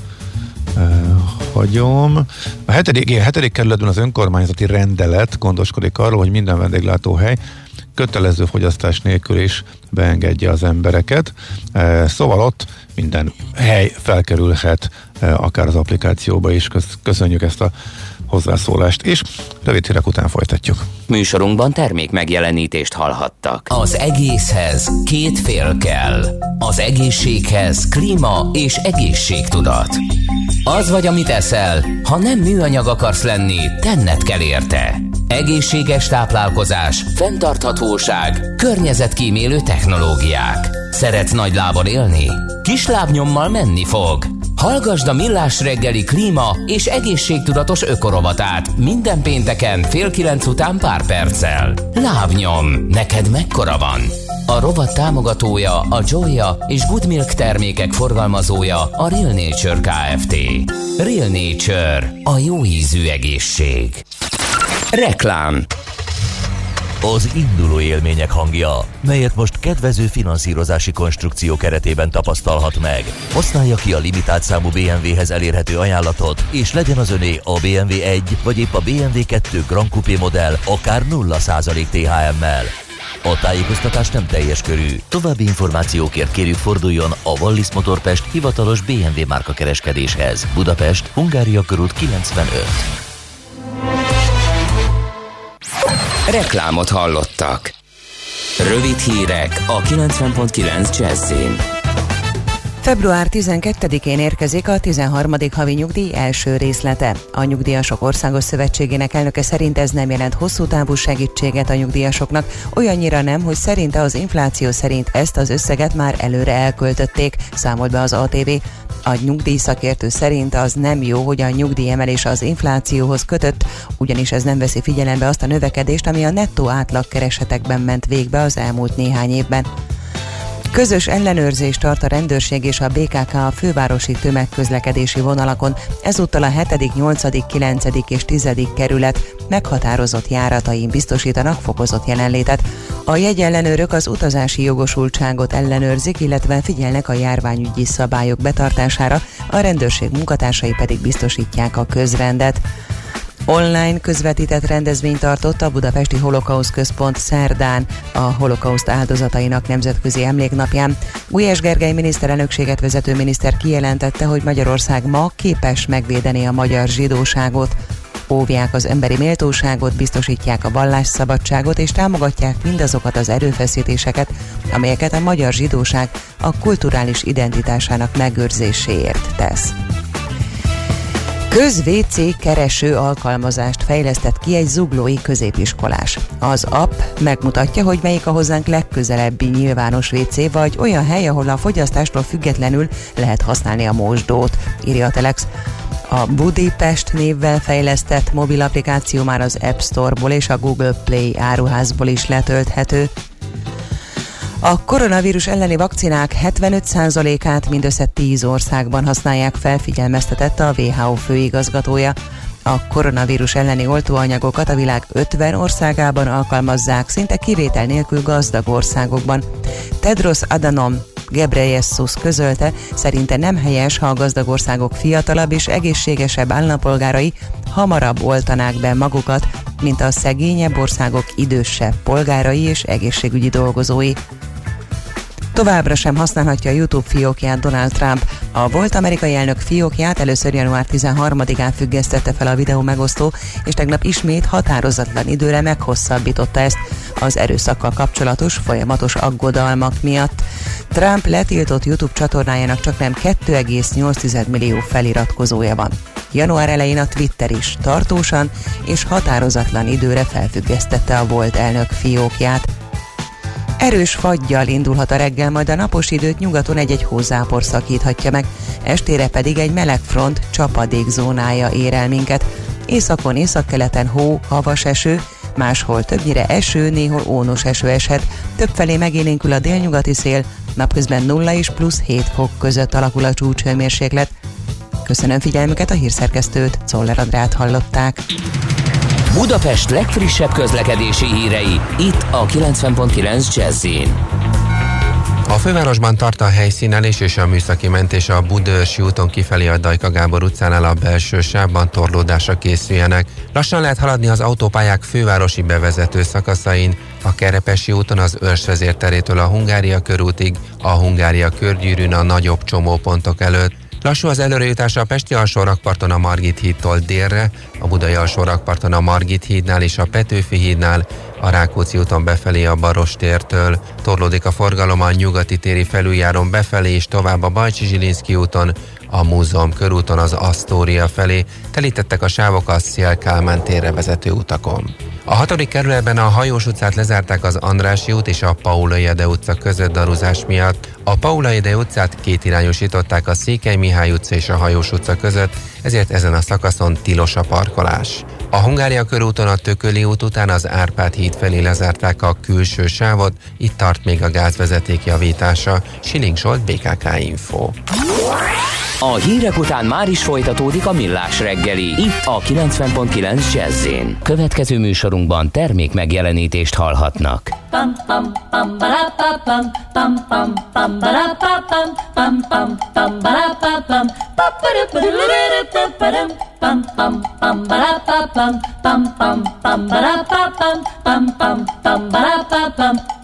e, hagyom. A hetedik, igen, hetedik kerületben az önkormányzati rendelet gondoskodik arról, hogy minden vendéglátóhely kötelező fogyasztás nélkül is beengedje az embereket. E, szóval ott minden hely felkerülhet, e, akár az applikációba is. Köszönjük ezt a hozzászólást, és rövid hírek után folytatjuk. Műsorunkban termék megjelenítést hallhattak. Az egészhez két fél kell. Az egészséghez klíma és egészségtudat. Az vagy, amit eszel, ha nem műanyag akarsz lenni, tenned kell érte. Egészséges táplálkozás, fenntarthatóság, környezetkímélő technológiák. Szeretsz nagy lábon élni? Kis lábnyommal menni fog. Hallgasd a Millás reggeli klíma és egészségtudatos ökorovatát minden pénteken fél kilenc után pár perccel. Lábnyom, neked mekkora van? A rovat támogatója a Joya és Good Milk termékek forgalmazója a Real Nature Kft. Real Nature, a jó ízű egészség. Reklám. Az induló élmények hangja, melyet most kedvező finanszírozási konstrukció keretében tapasztalhat meg. Használja ki a limitált számú bé em vé-hez elérhető ajánlatot, és legyen az öné a bé em vé egy vagy épp a bé em vé kettő Grand Coupé modell akár nulla százalék té há em-mel. A tájékoztatás nem teljes körű. További információkért kérjük forduljon a Wallis Motor Pest hivatalos bé em vé márka kereskedéshez. Budapest, Hungária körút kilencvenöt. Reklámot hallottak. Rövid hírek a kilencven pont kilenc Jazzin. február tizenkettedikén érkezik a tizenharmadik havi nyugdíj első részlete. A Nyugdíjasok Országos Szövetségének elnöke szerint ez nem jelent hosszú távú segítséget a nyugdíjasoknak, olyannyira nem, hogy szerinte az infláció szerint ezt az összeget már előre elköltötték, számolt be az á té vé. A nyugdíjszakértő szerint az nem jó, hogy a nyugdíjemelés az inflációhoz kötött, ugyanis ez nem veszi figyelembe azt a növekedést, ami a nettó átlagkeresetekben ment végbe az elmúlt néhány évben. Közös ellenőrzést tart a rendőrség és a bé ká ká a fővárosi tömegközlekedési vonalakon, ezúttal a hetedik, nyolcadik, kilencedik és tizedik kerület meghatározott járatain biztosítanak fokozott jelenlétet. A jegyellenőrök az utazási jogosultságot ellenőrzik, illetve figyelnek a járványügyi szabályok betartására, a rendőrség munkatársai pedig biztosítják a közrendet. Online közvetített rendezvényt tartott a Budapesti Holokauszt Központ szerdán a holokauszt áldozatainak nemzetközi emléknapján. Gulyás Gergely miniszterelnökséget vezető miniszter kijelentette, hogy Magyarország ma képes megvédeni a magyar zsidóságot. Óvják az emberi méltóságot, biztosítják a vallásszabadságot és támogatják mindazokat az erőfeszítéseket, amelyeket a magyar zsidóság a kulturális identitásának megőrzéséért tesz. Köz-vé cé kereső alkalmazást fejlesztett ki egy zuglói középiskolás. Az app megmutatja, hogy melyik a hozzánk legközelebbi nyilvános vé cé, vagy olyan hely, ahol a fogyasztástól függetlenül lehet használni a mosdót, írja a Telex. A Budipest névvel fejlesztett mobil applikáció már az App Store-ból és a Google Play áruházból is letölthető. A koronavírus elleni vakcinák hetvenöt százalékát mindössze tíz országban használják fel, figyelmeztetett a vé há o főigazgatója. A koronavírus elleni oltóanyagokat a világ ötven országában alkalmazzák, szinte kivétel nélkül gazdag országokban. Tedros Adhanom Ghebreyesus közölte, szerinte nem helyes, ha a gazdag országok fiatalabb és egészségesebb állampolgárai hamarabb oltanák be magukat, mint a szegényebb országok idősebb polgárai és egészségügyi dolgozói. Továbbra sem használhatja a YouTube fiókját Donald Trump. A volt amerikai elnök fiókját először január tizenharmadikán függesztette fel a videó megosztó, és tegnap ismét határozatlan időre meghosszabbította ezt az erőszakkal kapcsolatos folyamatos aggodalmak miatt. Trump letiltott YouTube csatornájának csaknem két egész nyolc millió feliratkozója van. Január elején a Twitter is tartósan és határozatlan időre felfüggesztette a volt elnök fiókját. Erős faggyal indulhat a reggel, majd a napos időt nyugaton egy-egy hózápor szakíthatja meg, estére pedig egy meleg front csapadék zónája ér el minket. Északon, északkeleten hó, havas eső, máshol többnyire eső, néhol ónos eső eshet, többfelé megélénkül a délnyugati szél, napközben nulla és plusz hét fok között alakul a csúcshőmérséklet. Köszönöm figyelmüket, a hírszerkesztőt, Czoller Andrát hallották. Budapest legfrissebb közlekedési hírei, itt a kilencven pont kilenc Jazzin. A fővárosban tart a helyszínelés és a műszaki mentés a Budaörsi úton kifelé a Dajka Gábor utcánál a belső sávban, torlódásra készüljenek. Lassan lehet haladni az autópályák fővárosi bevezető szakaszain, a Kerepesi úton az Őrsvezér terétől a Hungária körútig, a Hungária körgyűrűn a nagyobb csomópontok előtt. Lassú az előrejutás a Pesti alsórakparton a Margit hídtól délre, a Budai alsórakparton a Margit hídnál és a Petőfi hídnál, a Rákóczi úton befelé a Barostértől. Torlódik a forgalom a Nyugati téri felüljáron befelé és tovább a Bajcsi-Zsilinszky úton, a Múzeum körúton az Asztória felé, telítettek a sávok a Széll-Kálmán térre vezető utakon. A hatodik kerületben a Hajós utcát lezárták az Andrássy út és a Paulay Ede utca között daruzás miatt. A Paulay Ede utcát kétirányosították a Székely Mihály utca és a Hajós utca között, ezért ezen a szakaszon tilos a parkolás. A Hungária körúton a Tököli út után az Árpád híd felé lezárták a külső sávot, itt tart még a gázvezeték javítása. Siling Zsolt, bé ká ká Info. A hírek után már is folytatódik a Millás reggeli, itt a kilencven pont kilenc Jazzin. Következő műsorunkban termék megjelenítést hallhatnak. Pam pam pam pam pam pam pam pam pam pam pam pam pam pam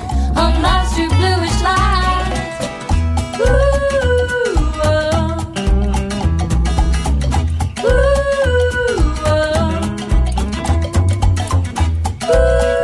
on life's through bluish lights. Ooh, oh. Ooh, oh. Ooh,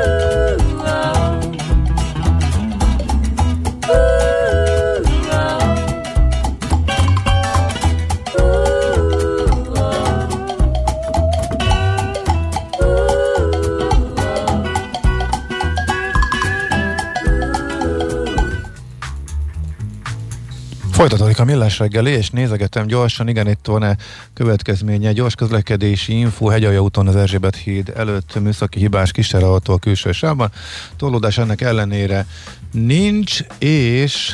Folytatódik a Millás reggeli, és nézegetem gyorsan, igen, itt van-e következménye. Gyors közlekedési info, Hegyalja úton az Erzsébet híd előtt műszaki hibás kísérőautó a külső sávban. Torlódás ennek ellenére nincs, és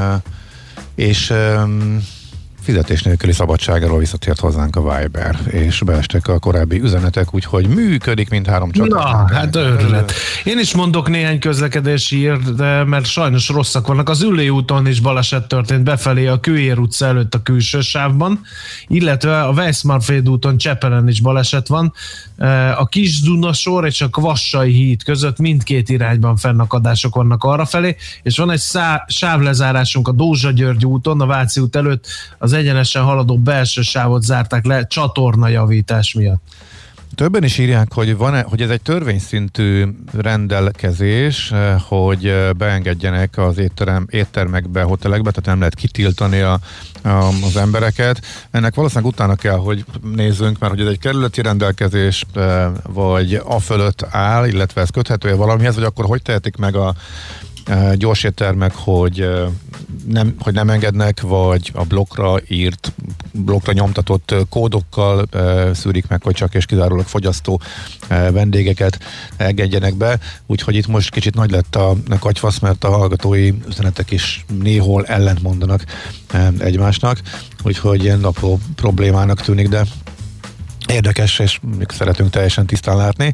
és fizetés nélküli szabadságáról visszatért hozzánk a Viber, és beestek a korábbi üzenetek, úgyhogy működik mindhárom csatorna. Na, hát örület. Én is mondok néhány közlekedési hírt, de mert sajnos rosszak vannak. Az Üllői úton is baleset történt befelé a Kőér utca előtt a külső sávban, illetve a Weissmarfeld úton Csepelen is baleset van. A Kis-Duna-sor és a Kvassai híd között mindkét irányban fennakadások vannak arrafelé, és van egy szá- sávlezárásunk a Dózsa-György úton, a Váci út előtt az egyenesen haladó belső sávot zárták le csatornajavítás miatt. Többen is írják, hogy, van-e, hogy ez egy törvényszintű rendelkezés, hogy beengedjenek az étterem, éttermekbe, hotelekbe, tehát nem lehet kitiltani a, a, az embereket. Ennek valószínűleg utána kell, hogy nézzünk, mert hogy ez egy kerületi rendelkezés, vagy a fölött áll, illetve ez köthető valamihez, vagy akkor hogy tehetik meg a gyors éttermek, hogy nem, hogy nem engednek, vagy a blokkra írt, blokkra nyomtatott kódokkal e, szűrik meg, hogy csak és kizárólag fogyasztó e, vendégeket engedjenek be. Úgyhogy itt most kicsit nagy lett a katyfasz, mert a hallgatói üzenetek is néhol ellentmondanak e, egymásnak, úgyhogy ilyen apró problémának tűnik, de érdekes, és szeretünk teljesen tisztán látni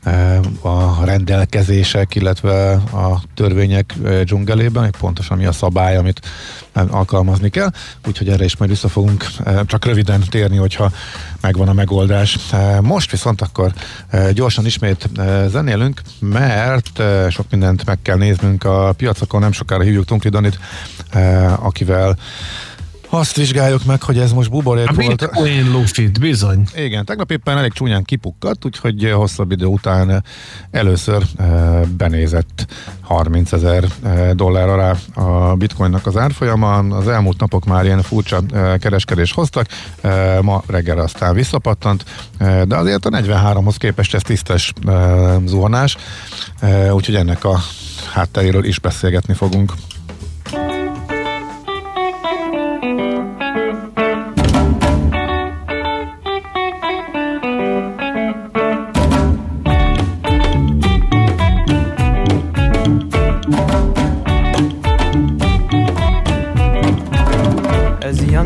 a rendelkezések, illetve a törvények dzsungelében, hogy pontosan mi a szabály, amit alkalmazni kell, úgyhogy erre is majd vissza fogunk csak röviden térni, hogyha megvan a megoldás. Most viszont akkor gyorsan ismét zenélünk, mert sok mindent meg kell néznünk a piacokon, nem sokára hívjuk Tunkli Danit, akivel azt vizsgáljuk meg, hogy ez most buborék a volt. A Bitcoin lufit, bizony. Igen, tegnap éppen elég csúnyán kipukkadt, úgyhogy hosszabb idő után először e, benézett harmincezer dollárra rá a bitcoinnak az árfolyama. Az elmúlt napok már ilyen furcsa e, kereskedést hoztak, e, ma reggel aztán visszapattant, e, de azért a negyvenháromhoz képest ez tisztes e, zuhanás, e, úgyhogy ennek a hátteréről is beszélgetni fogunk.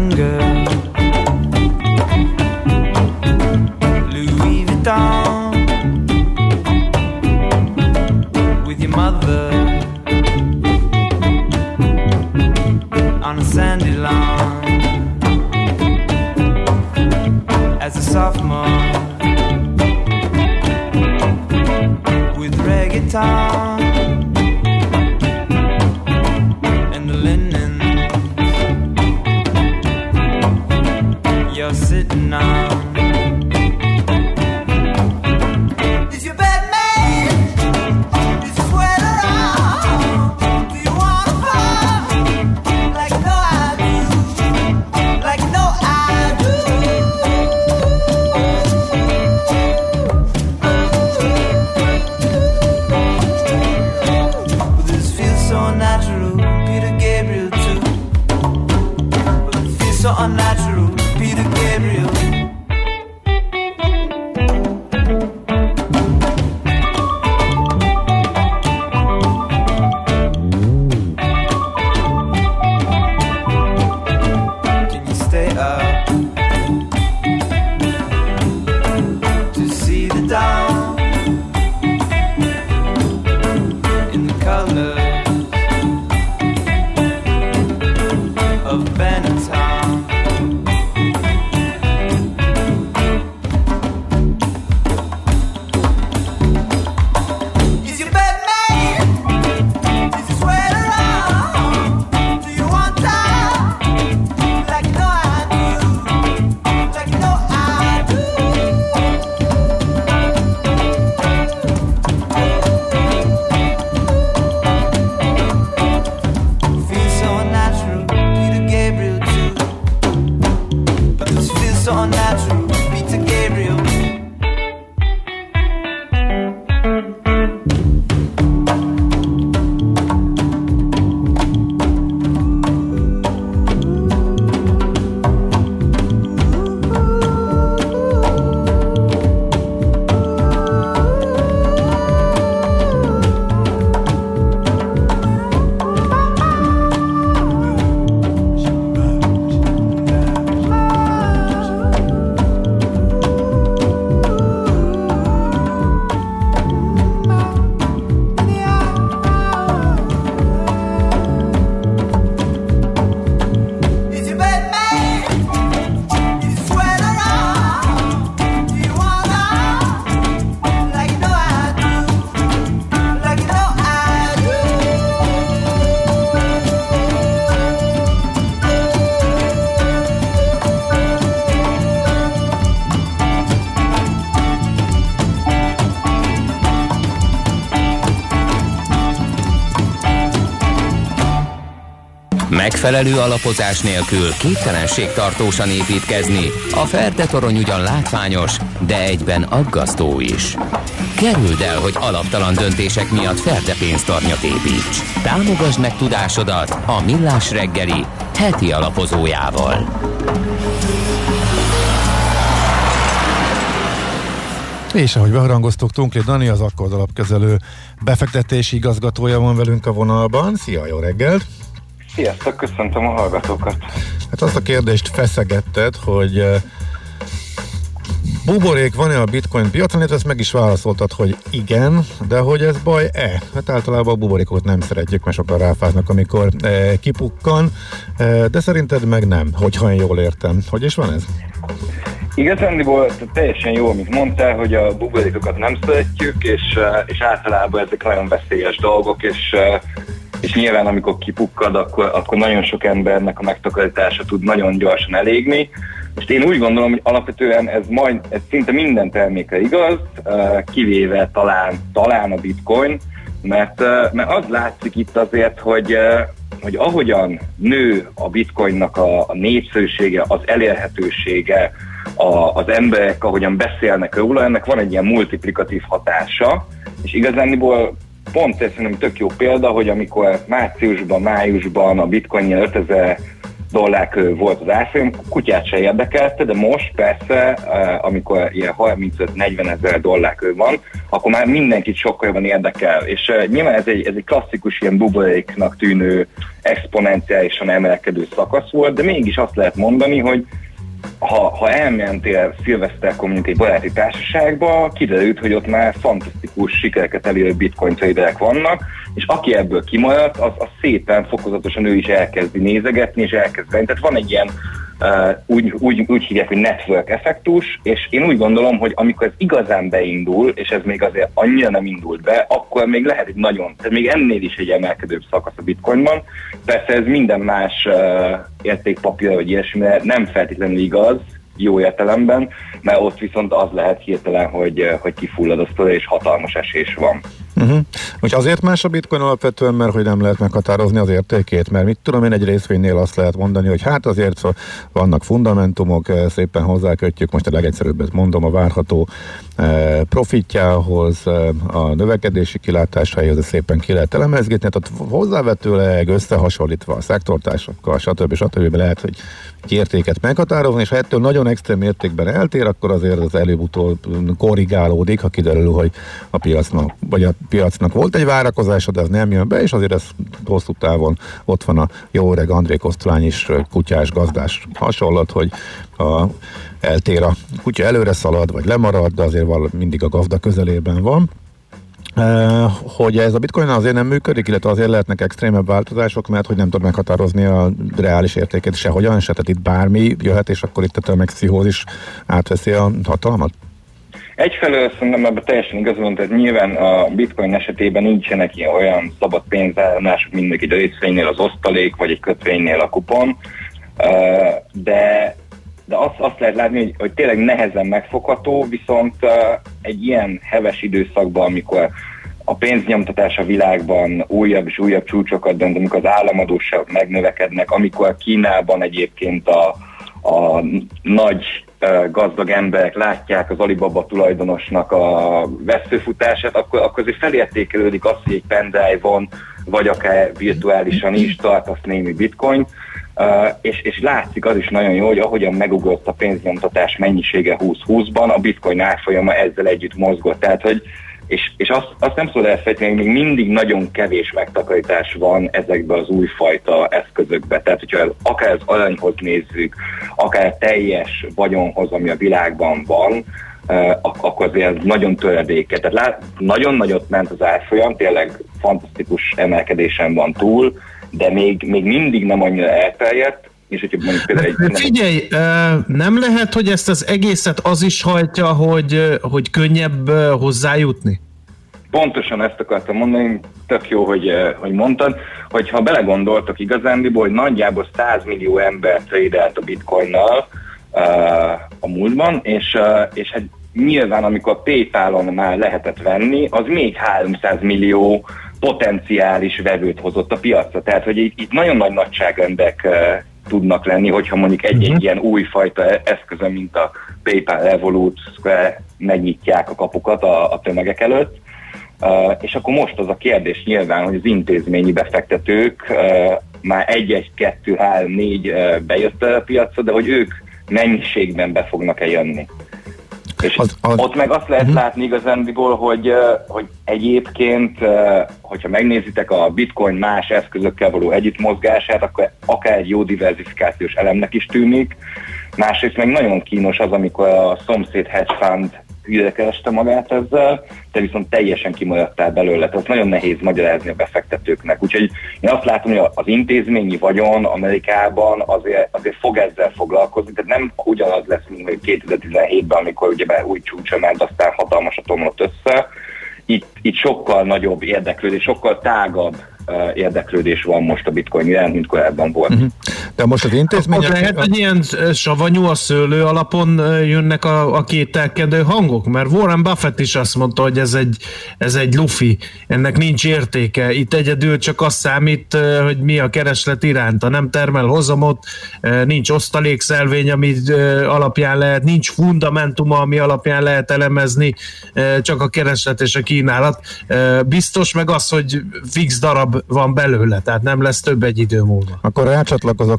finger. Louis Vuitton with your mother on a sandy lawn as a sophomore with reggaeton and the linen you're sitting on. So unnatural, Peter Gabriel. Can you stay up to see the dawn in the colors of Benetton? Megfelelő alapozás nélkül képtelenség tartósan építkezni. A Ferde torony ugyan látványos, de egyben aggasztó is. Kerüld el, hogy alaptalan döntések miatt Ferde pénztarnyat építs. Támogasd meg tudásodat a Millás reggeli heti alapozójával. És ahogy beharangoztuk, Tunkli Dani, az Akkord alapkezelő befektetési igazgatója van velünk a vonalban. Szia, jó reggelt! Sziasztok, köszöntöm a hallgatókat! Hát azt a kérdést feszegetted, hogy uh, buborék van-e a bitcoin piacon, és ezt meg is válaszoltad, hogy igen, de hogy ez baj-e? Hát általában a buborékokat nem szeretjük, mert sokan ráfáznak, amikor uh, kipukkan, uh, de szerinted meg nem, hogyha én jól értem. Hogy is van ez? Igazándiból teljesen jó, amit mondtál, hogy a buborékokat nem szeretjük, és, és általában ezek nagyon veszélyes dolgok, és, és nyilván amikor kipukkad, akkor, akkor nagyon sok embernek a megtakarítása tud nagyon gyorsan elégni. És én úgy gondolom, hogy alapvetően ez, majd, ez szinte minden termékre igaz, kivéve talán, talán a bitcoin, mert, mert az látszik itt azért, hogy, hogy ahogyan nő a bitcoinnak a, a népszerűsége, az elérhetősége, A, az emberek, ahogyan beszélnek róla, ennek van egy ilyen multiplikatív hatása, és igazániból pont ez szerintem tök jó példa, hogy amikor márciusban, májusban a bitcoin ötezer dollár körül volt az árfolyam, kutyát se érdekelte, de most persze, amikor ilyen harmincöt-negyven ezer dollár körül van, akkor már mindenkit sokkal jobban érdekel, és nyilván ez egy, ez egy klasszikus ilyen buboréknak tűnő exponenciálisan emelkedő szakasz volt, de mégis azt lehet mondani, hogy ha, ha elmentél szilveszterkor mondjuk egy baráti társaságba, kiderült, hogy ott már fantasztikus sikereket elérő bitcoin traderek vannak, és aki ebből kimaradt, az, az szépen fokozatosan ő is elkezdi nézegetni, és elkezd venni. Tehát van egy ilyen, uh, úgy, úgy, úgy hívják, hogy network effektus, és én úgy gondolom, hogy amikor ez igazán beindul, és ez még azért annyira nem indult be, akkor még lehet egy nagyon, tehát még ennél is egy emelkedőbb szakasz a bitcoinban. Persze ez minden más uh, értékpapírra vagy ilyesmire nem feltétlenül igaz, jó értelemben, mert ott viszont az lehet hirtelen, hogy, hogy kifullad a sztori, és hatalmas esés van. Uh-huh. Úgyhogy azért más a bitcoin alapvetően, mert hogy nem lehet meghatározni az értékét, mert mit tudom én, egy részvénynél azt lehet mondani, hogy hát azért vannak fundamentumok, szépen hozzákötjük, most a legegyszerűbbet mondom, a várható eh, profitjához, eh, a növekedési kilátásaihoz szépen ki lehet elemezgetni, tehát hozzávetőleg összehasonlítva a szektortársakkal, stb. stb. Lehet, hogy egy értéket meghatározni, és ha ettől nagyon extrém értékben eltér, akkor azért az előbb-utóbb korrigálódik, ha kiderül, hogy a piacnak, vagy a piacnak volt egy várakozása, de ez nem jön be, és azért ez hosszú távon ott van a jó öreg André Kosztolány is kutyás, gazdás hasonlat, hogy a, eltér a kutya előre szalad, vagy lemarad, de azért val, mindig a gazda közelében van. Uh, hogy ez a bitcoin azért nem működik, illetve azért lehetnek extrémebb változások, mert hogy nem tud meghatározni a reális értéket sehogyan se, tehát itt bármi jöhet, és akkor itt a tömegpszichózis átveszi a hatalmat? Egyfelől szerintem ebben teljesen igazolom, tehát nyilván a bitcoin esetében nincsenek ilyen olyan szabad pénzállomások, mint egy részvénynél az osztalék, vagy egy kötvénynél a kupon, de, de azt, azt lehet látni, hogy, hogy tényleg nehezen megfogható, viszont egy ilyen heves időszakban, amikor a pénznyomtatás a világban újabb és újabb csúcsokat dönt, amikor az államadósságok megnövekednek, amikor Kínában egyébként a, a nagy gazdag emberek látják az Alibaba tulajdonosnak a veszőfutását, akkor, akkor azért felértékelődik az, hogy egy pendrive-on, vagy akár virtuálisan is tartasz némi bitcoin, uh, és, és látszik az is nagyon jó, hogy ahogyan megugrott a pénznyomtatás mennyisége húsz húszban, a bitcoin árfolyama ezzel együtt mozgott. Tehát, hogy És, és azt, azt nem szabad elfelejteni, hogy még mindig nagyon kevés megtakarítás van ezekben az újfajta eszközökben. Tehát, hogyha akár az aranyhoz nézzük, akár teljes vagyonhoz, ami a világban van, uh, akkor azért nagyon töredéke. Tehát lát, nagyon nagyot ment az árfolyam, tényleg fantasztikus emelkedésen van túl, de még, még mindig nem annyira elterjedt. És hogyha mondjuk például egy... De figyelj, nem lehet, hogy ezt az egészet az is hajtja, hogy, hogy könnyebb hozzájutni? Pontosan ezt akartam mondani, tök jó, hogy, hogy mondtad, hogy ha belegondoltok igazándiból, hogy nagyjából száz millió ember tradelt a bitcoinnal a múltban, és, és hát nyilván amikor a PayPal-on már lehetett venni, az még háromszáz millió potenciális vevőt hozott a piacra. Tehát, hogy itt, itt nagyon nagy nagyságrendek tudnak lenni, hogyha mondjuk egy-egy uh-huh. ilyen újfajta eszközön, mint a PayPal, Revolut, Square megnyitják a kapukat a, a tömegek előtt. Uh, és akkor most az a kérdés nyilván, hogy az intézményi befektetők uh, már egy-egy, kettő, három, négy uh, bejött a piacra, de hogy ők mennyiségben be fognak-e jönni. És az, az... ott meg azt lehet uh-huh. látni igazándiból, hogy, hogy egyébként, hogyha megnézitek a bitcoin más eszközökkel való együttmozgását, akkor akár egy jó diversifikációs elemnek is tűnik. Másrészt meg nagyon kínos az, amikor a szomszéd hedge fund hülyrekereste magát ezzel, te viszont teljesen kimaradtál belőle. Tehát nagyon nehéz magyarázni a befektetőknek. Úgyhogy én azt látom, hogy az intézményi vagyon Amerikában azért, azért fog ezzel foglalkozni, tehát nem ugyanaz lesz, mint kétezer-tizenhétben, amikor ugye új csúcsa ment, aztán hatalmasat omlott össze. Itt, itt sokkal nagyobb érdeklődés, sokkal tágabb uh, érdeklődés van most a bitcoin iránt, mint korábban volt. Uh-huh. De most az intézmények... Akkor lehet, hogy ilyen savanyú a szőlő alapon jönnek a, a kételkedő hangok? Mert Warren Buffett is azt mondta, hogy ez egy, ez egy lufi, ennek nincs értéke. Itt egyedül csak az számít, hogy mi a kereslet iránta. Nem termel hozamot, nincs osztalékszelvény, ami alapján lehet, nincs fundamentuma, ami alapján lehet elemezni, csak a kereslet és a kínálat. Biztos meg az, hogy fix darab van belőle, tehát nem lesz több egy idő múlva. Akkor rácsatlakozok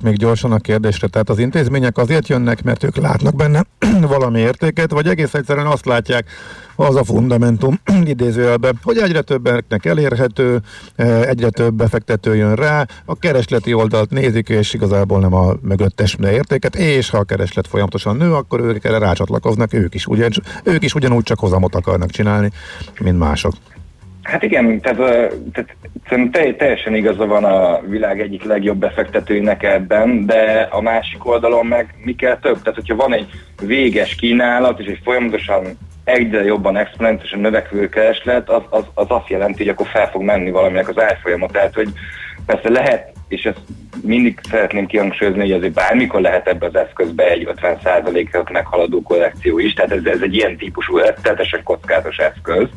még gyorsan a kérdésre. Tehát az intézmények azért jönnek, mert ők látnak benne valami értéket, vagy egész egyszerűen azt látják, az a fundamentum idézőjelben, hogy egyre többeknek elérhető, egyre több befektető jön rá, a keresleti oldalt nézik, és igazából nem a mögöttes értéket, és ha a kereslet folyamatosan nő, akkor ők erre rácsatlakoznak, ők is, ugyan, ők is ugyanúgy csak hozamot akarnak csinálni, mint mások. Hát igen, tehát, tehát teljesen igaza van a világ egyik legjobb befektetőinek ebben, de a másik oldalon meg mi kell több? Tehát, hogyha van egy véges kínálat, és egy folyamatosan egyre jobban exponenciálisan növekvő kereslet, az, az, az azt jelenti, hogy akkor fel fog menni valaminek az árfolyama. Tehát, hogy persze lehet, és ezt mindig szeretném kihangsúlyozni, hogy azért bármikor lehet ebbe az eszközbe egy ötven százalékot meghaladó korrekció is, tehát ez, ez egy ilyen típusú, teljesen kockázatos eszköz.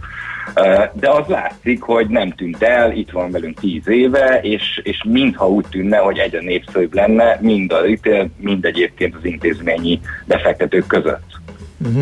De az látszik, hogy nem tűnt el, itt van velünk tíz éve, és, és mintha úgy tűnne, hogy egyre népszerűbb lenne, mind a retail, mind egyébként az intézményi befektetők között. Uh-huh.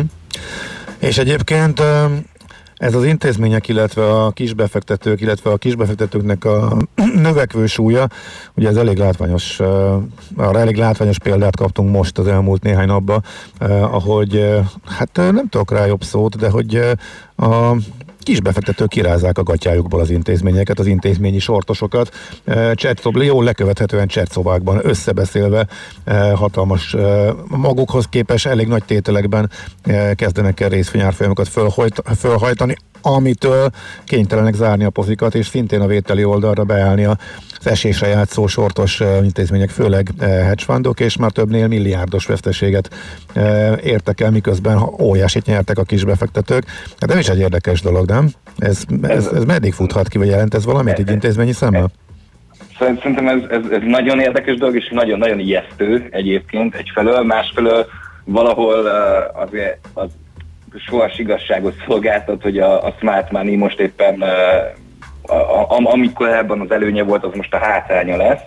És egyébként ez az intézmények, illetve a kisbefektetők, illetve a kisbefektetőknek a növekvő súlya, ugye ez elég látványos, arra elég látványos példát kaptunk most az elmúlt néhány napban, ahogy, hát nem tudok rá jobb szót, de hogy a kisbefektetők kirázzák a gatyájukból az intézményeket, az intézményi sortosokat, chatszobákban, jól lekövethetően chatszobákban összebeszélve hatalmas, magukhoz képes elég nagy tételekben kezdenek el részvényárfolyamokat fölhajtani, amitől kénytelenek zárni a pozikat, és szintén a vételi oldalra beállni az esésre játszó sortos intézmények, főleg hedge fundok, és már többnél milliárdos veszteséget értek el, miközben óriásit nyertek a kisbefektetők. Hát nem is egy érdekes dolog, nem? Ez, ez, ez meddig futhat ki, vagy jelent ez valamit így intézményi szemmel? Szerintem ez, ez, ez nagyon érdekes dolog, és nagyon-nagyon ijesztő egyébként egyfelől, másfelől valahol azért az sohas igazságot szolgáltat, hogy a, a smart money most éppen a, a, amikor ebben az előnye volt, az most a hátránya lesz,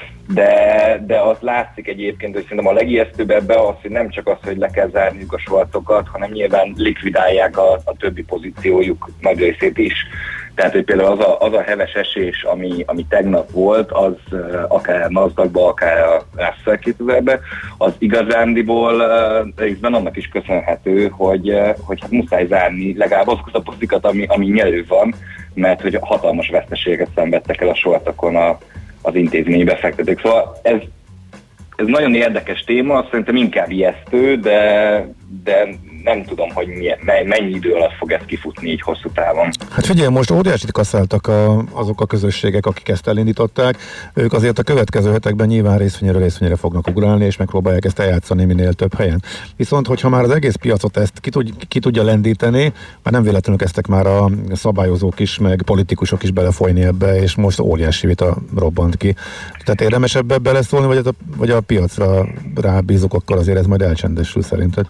de, de az látszik egyébként, hogy szerintem a legijesztőbb ebbe az, hogy nem csak az, hogy le kell zárniuk a sortokat, hanem nyilván likvidálják a, a többi pozíciójuk nagy részét is. Tehát, hogy például az a, az a heves esés, ami, ami tegnap volt, az akár a Nasdaqba, akár a Russell kétezerbe, az igazándiból részben annak is köszönhető, hogy, hogy hát muszáj zárni legalább azokat a pozikat, ami, ami nyelő van, mert hogy hatalmas veszteséget szenvedtek el a sortokon a, az intézményi befektetők. Szóval ez, ez nagyon érdekes téma, szerintem inkább ijesztő, de, de nem tudom, hogy milyen, mennyi idő alatt fog ez kifutni így hosszú távon. Hát figyelj, most óriásit kasszáltak a, azok a közösségek, akik ezt elindították. Ők azért a következő hetekben nyilván részvényre részvényre fognak ugrálni, és megpróbálják ezt eljátszani minél több helyen. Viszont, hogyha már az egész piacot ezt ki, tud, ki tudja lendíteni, már nem véletlenül kezdtek már a szabályozók is, meg politikusok is belefolyni ebbe, és most óriási vita robbant ki. Tehát érdemes ebbe beleszólni, vagy a, vagy a piacra rábízok, akkor azért ez majd elcsendesül szerinted?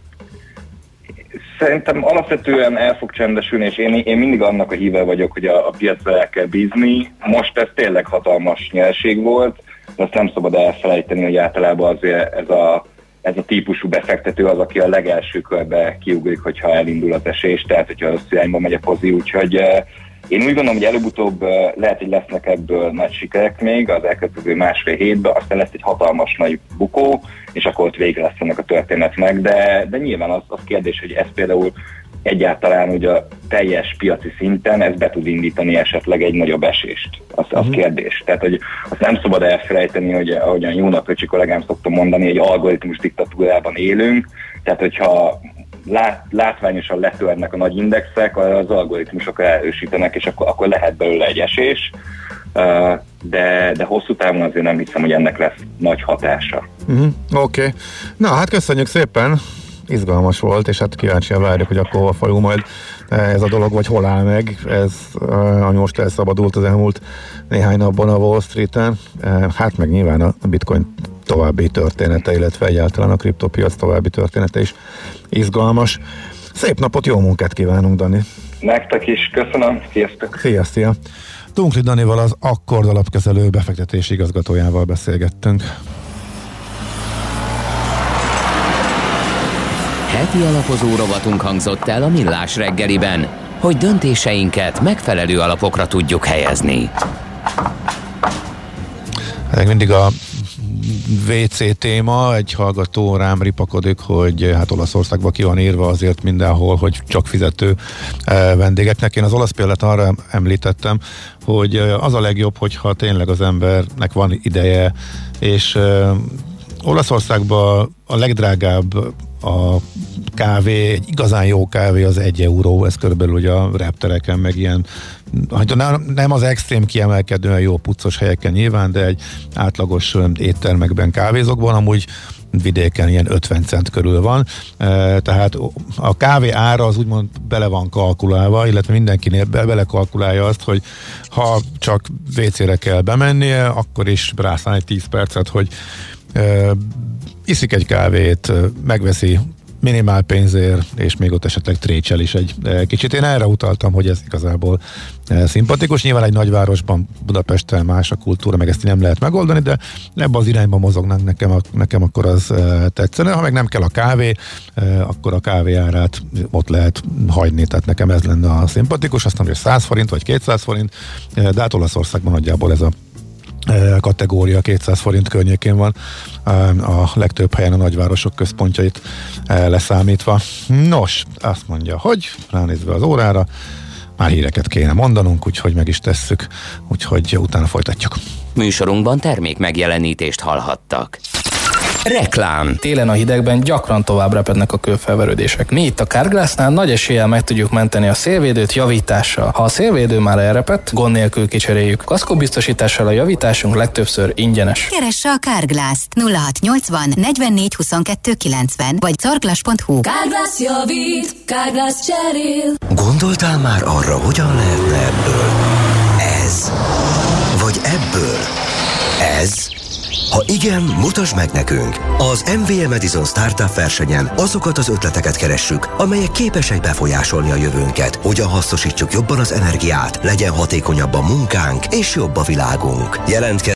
Szerintem alapvetően el fog csendesülni, és én, én mindig annak a híve vagyok, hogy a, a piacra el kell bízni. Most ez tényleg hatalmas nyerség volt, de azt nem szabad elfelejteni, hogy általában azért ez a, ez a típusú befektető az, aki a legelső körbe kiugrik, hogyha elindul az esés, tehát hogyha az irányba megy a pozi, úgyhogy én úgy gondolom, hogy előbb-utóbb lehet, hogy lesznek ebből nagy sikerek még az elkövetkező másfél hétben, aztán lesz egy hatalmas nagy bukó, és akkor ott vége lesz ennek a történetnek, de, de nyilván az, az kérdés, hogy ez például egyáltalán ugye a teljes piaci szinten ez be tud indítani esetleg egy nagyobb esést. Az, az uh-huh. kérdés. Tehát, hogy azt nem szabad elfelejteni, hogy ahogyan Jónak Öcsi kollégám szoktam mondani, egy algoritmus diktatúrában élünk, tehát hogyha Lát, látványosan letörnek a nagy indexek, az algoritmusok erősítenek, és akkor, akkor lehet belőle egy esés, de, de hosszú távon azért nem hiszem, hogy ennek lesz nagy hatása. Uh-huh. Oké. Okay. Na, hát köszönjük szépen, izgalmas volt, és hát kíváncsian várjuk, hogy akkor hova fajul majd ez a dolog, vagy hol áll meg. Ez, ami most elszabadult az elmúlt néhány napban a Wall Streeten, hát meg nyilván a Bitcoin további története, illetve egyáltalán a kriptopiac további története is izgalmas. Szép napot, jó munkát kívánunk, Dani! Nektek is, köszönöm, sziasztok! Szia, szia! Tunkli Danival, az Akkord alapkezelő befektetési igazgatójával beszélgettünk. Heti alapozó rovatunk hangzott el a Millás reggeliben, hogy döntéseinket megfelelő alapokra tudjuk helyezni. Hát mindig a vé cé téma, egy hallgató rám ripakodik, hogy hát Olaszországban ki van írva azért mindenhol, hogy csak fizető vendégeknek. Én az olasz példát arra említettem, hogy az a legjobb, hogyha tényleg az embernek van ideje, és Olaszországban a legdrágább a kávé, egy igazán jó kávé az egy euró, ez körülbelül ugye a reptereken, meg ilyen, nem az extrém kiemelkedően jó puccos helyeken nyilván, de egy átlagos éttermekben, kávézókban amúgy vidéken ilyen ötven cent körül van, tehát a kávé ára az úgymond bele van kalkulálva, illetve mindenkinél be- belekalkulálja azt, hogy ha csak vé cére kell bemennie, akkor is rászáll egy tíz percet, hogy iszik egy kávét, megveszi minimál pénzért, és még ott esetleg trécsel is egy kicsit. Én erre utaltam, hogy ez igazából szimpatikus. Nyilván egy nagyvárosban, Budapesten más a kultúra, meg ezt nem lehet megoldani, de ebben az irányban mozognak nekem, nekem akkor az tetszene. Ha meg nem kell a kávé, akkor a kávé árát ott lehet hagyni, tehát nekem ez lenne a szimpatikus. Azt mondom, hogy száz forint vagy kétszáz forint, de hát Olaszországban nagyjából ez a kategória kétszáz forint környékén van, a legtöbb helyen a nagyvárosok központjait leszámítva. Nos, azt mondja, hogy ránézve az órára, már híreket kéne mondanunk, úgyhogy meg is tesszük, úgyhogy utána folytatjuk. Műsorunkban termék megjelenítést hallhattak. Reklám. Télen a hidegben gyakran tovább repednek a kőfelverődések. Mi itt a Carglassnál nagy eséllyel meg tudjuk menteni a szélvédőt javítással. Ha a szélvédő már elrepett, gond nélkül kicseréljük. Kaszkóbiztosítással a javításunk legtöbbször ingyenes. Keresse a Carglass-t nulla hat nyolcvan negyvennégy huszonkettő kilencven vagy carglass pont hu. Carglass javít, Carglass cserél. Gondoltál már arra, hogyan lehetne ebből ez? Vagy ebből ez? Ha igen, mutasd meg nekünk! Az em vé em Edison Startup versenyen azokat az ötleteket keressük, amelyek képesek befolyásolni a jövőnket, hogyan hasznosítsuk jobban az energiát, legyen hatékonyabb a munkánk és jobb a világunk. Jelentkezz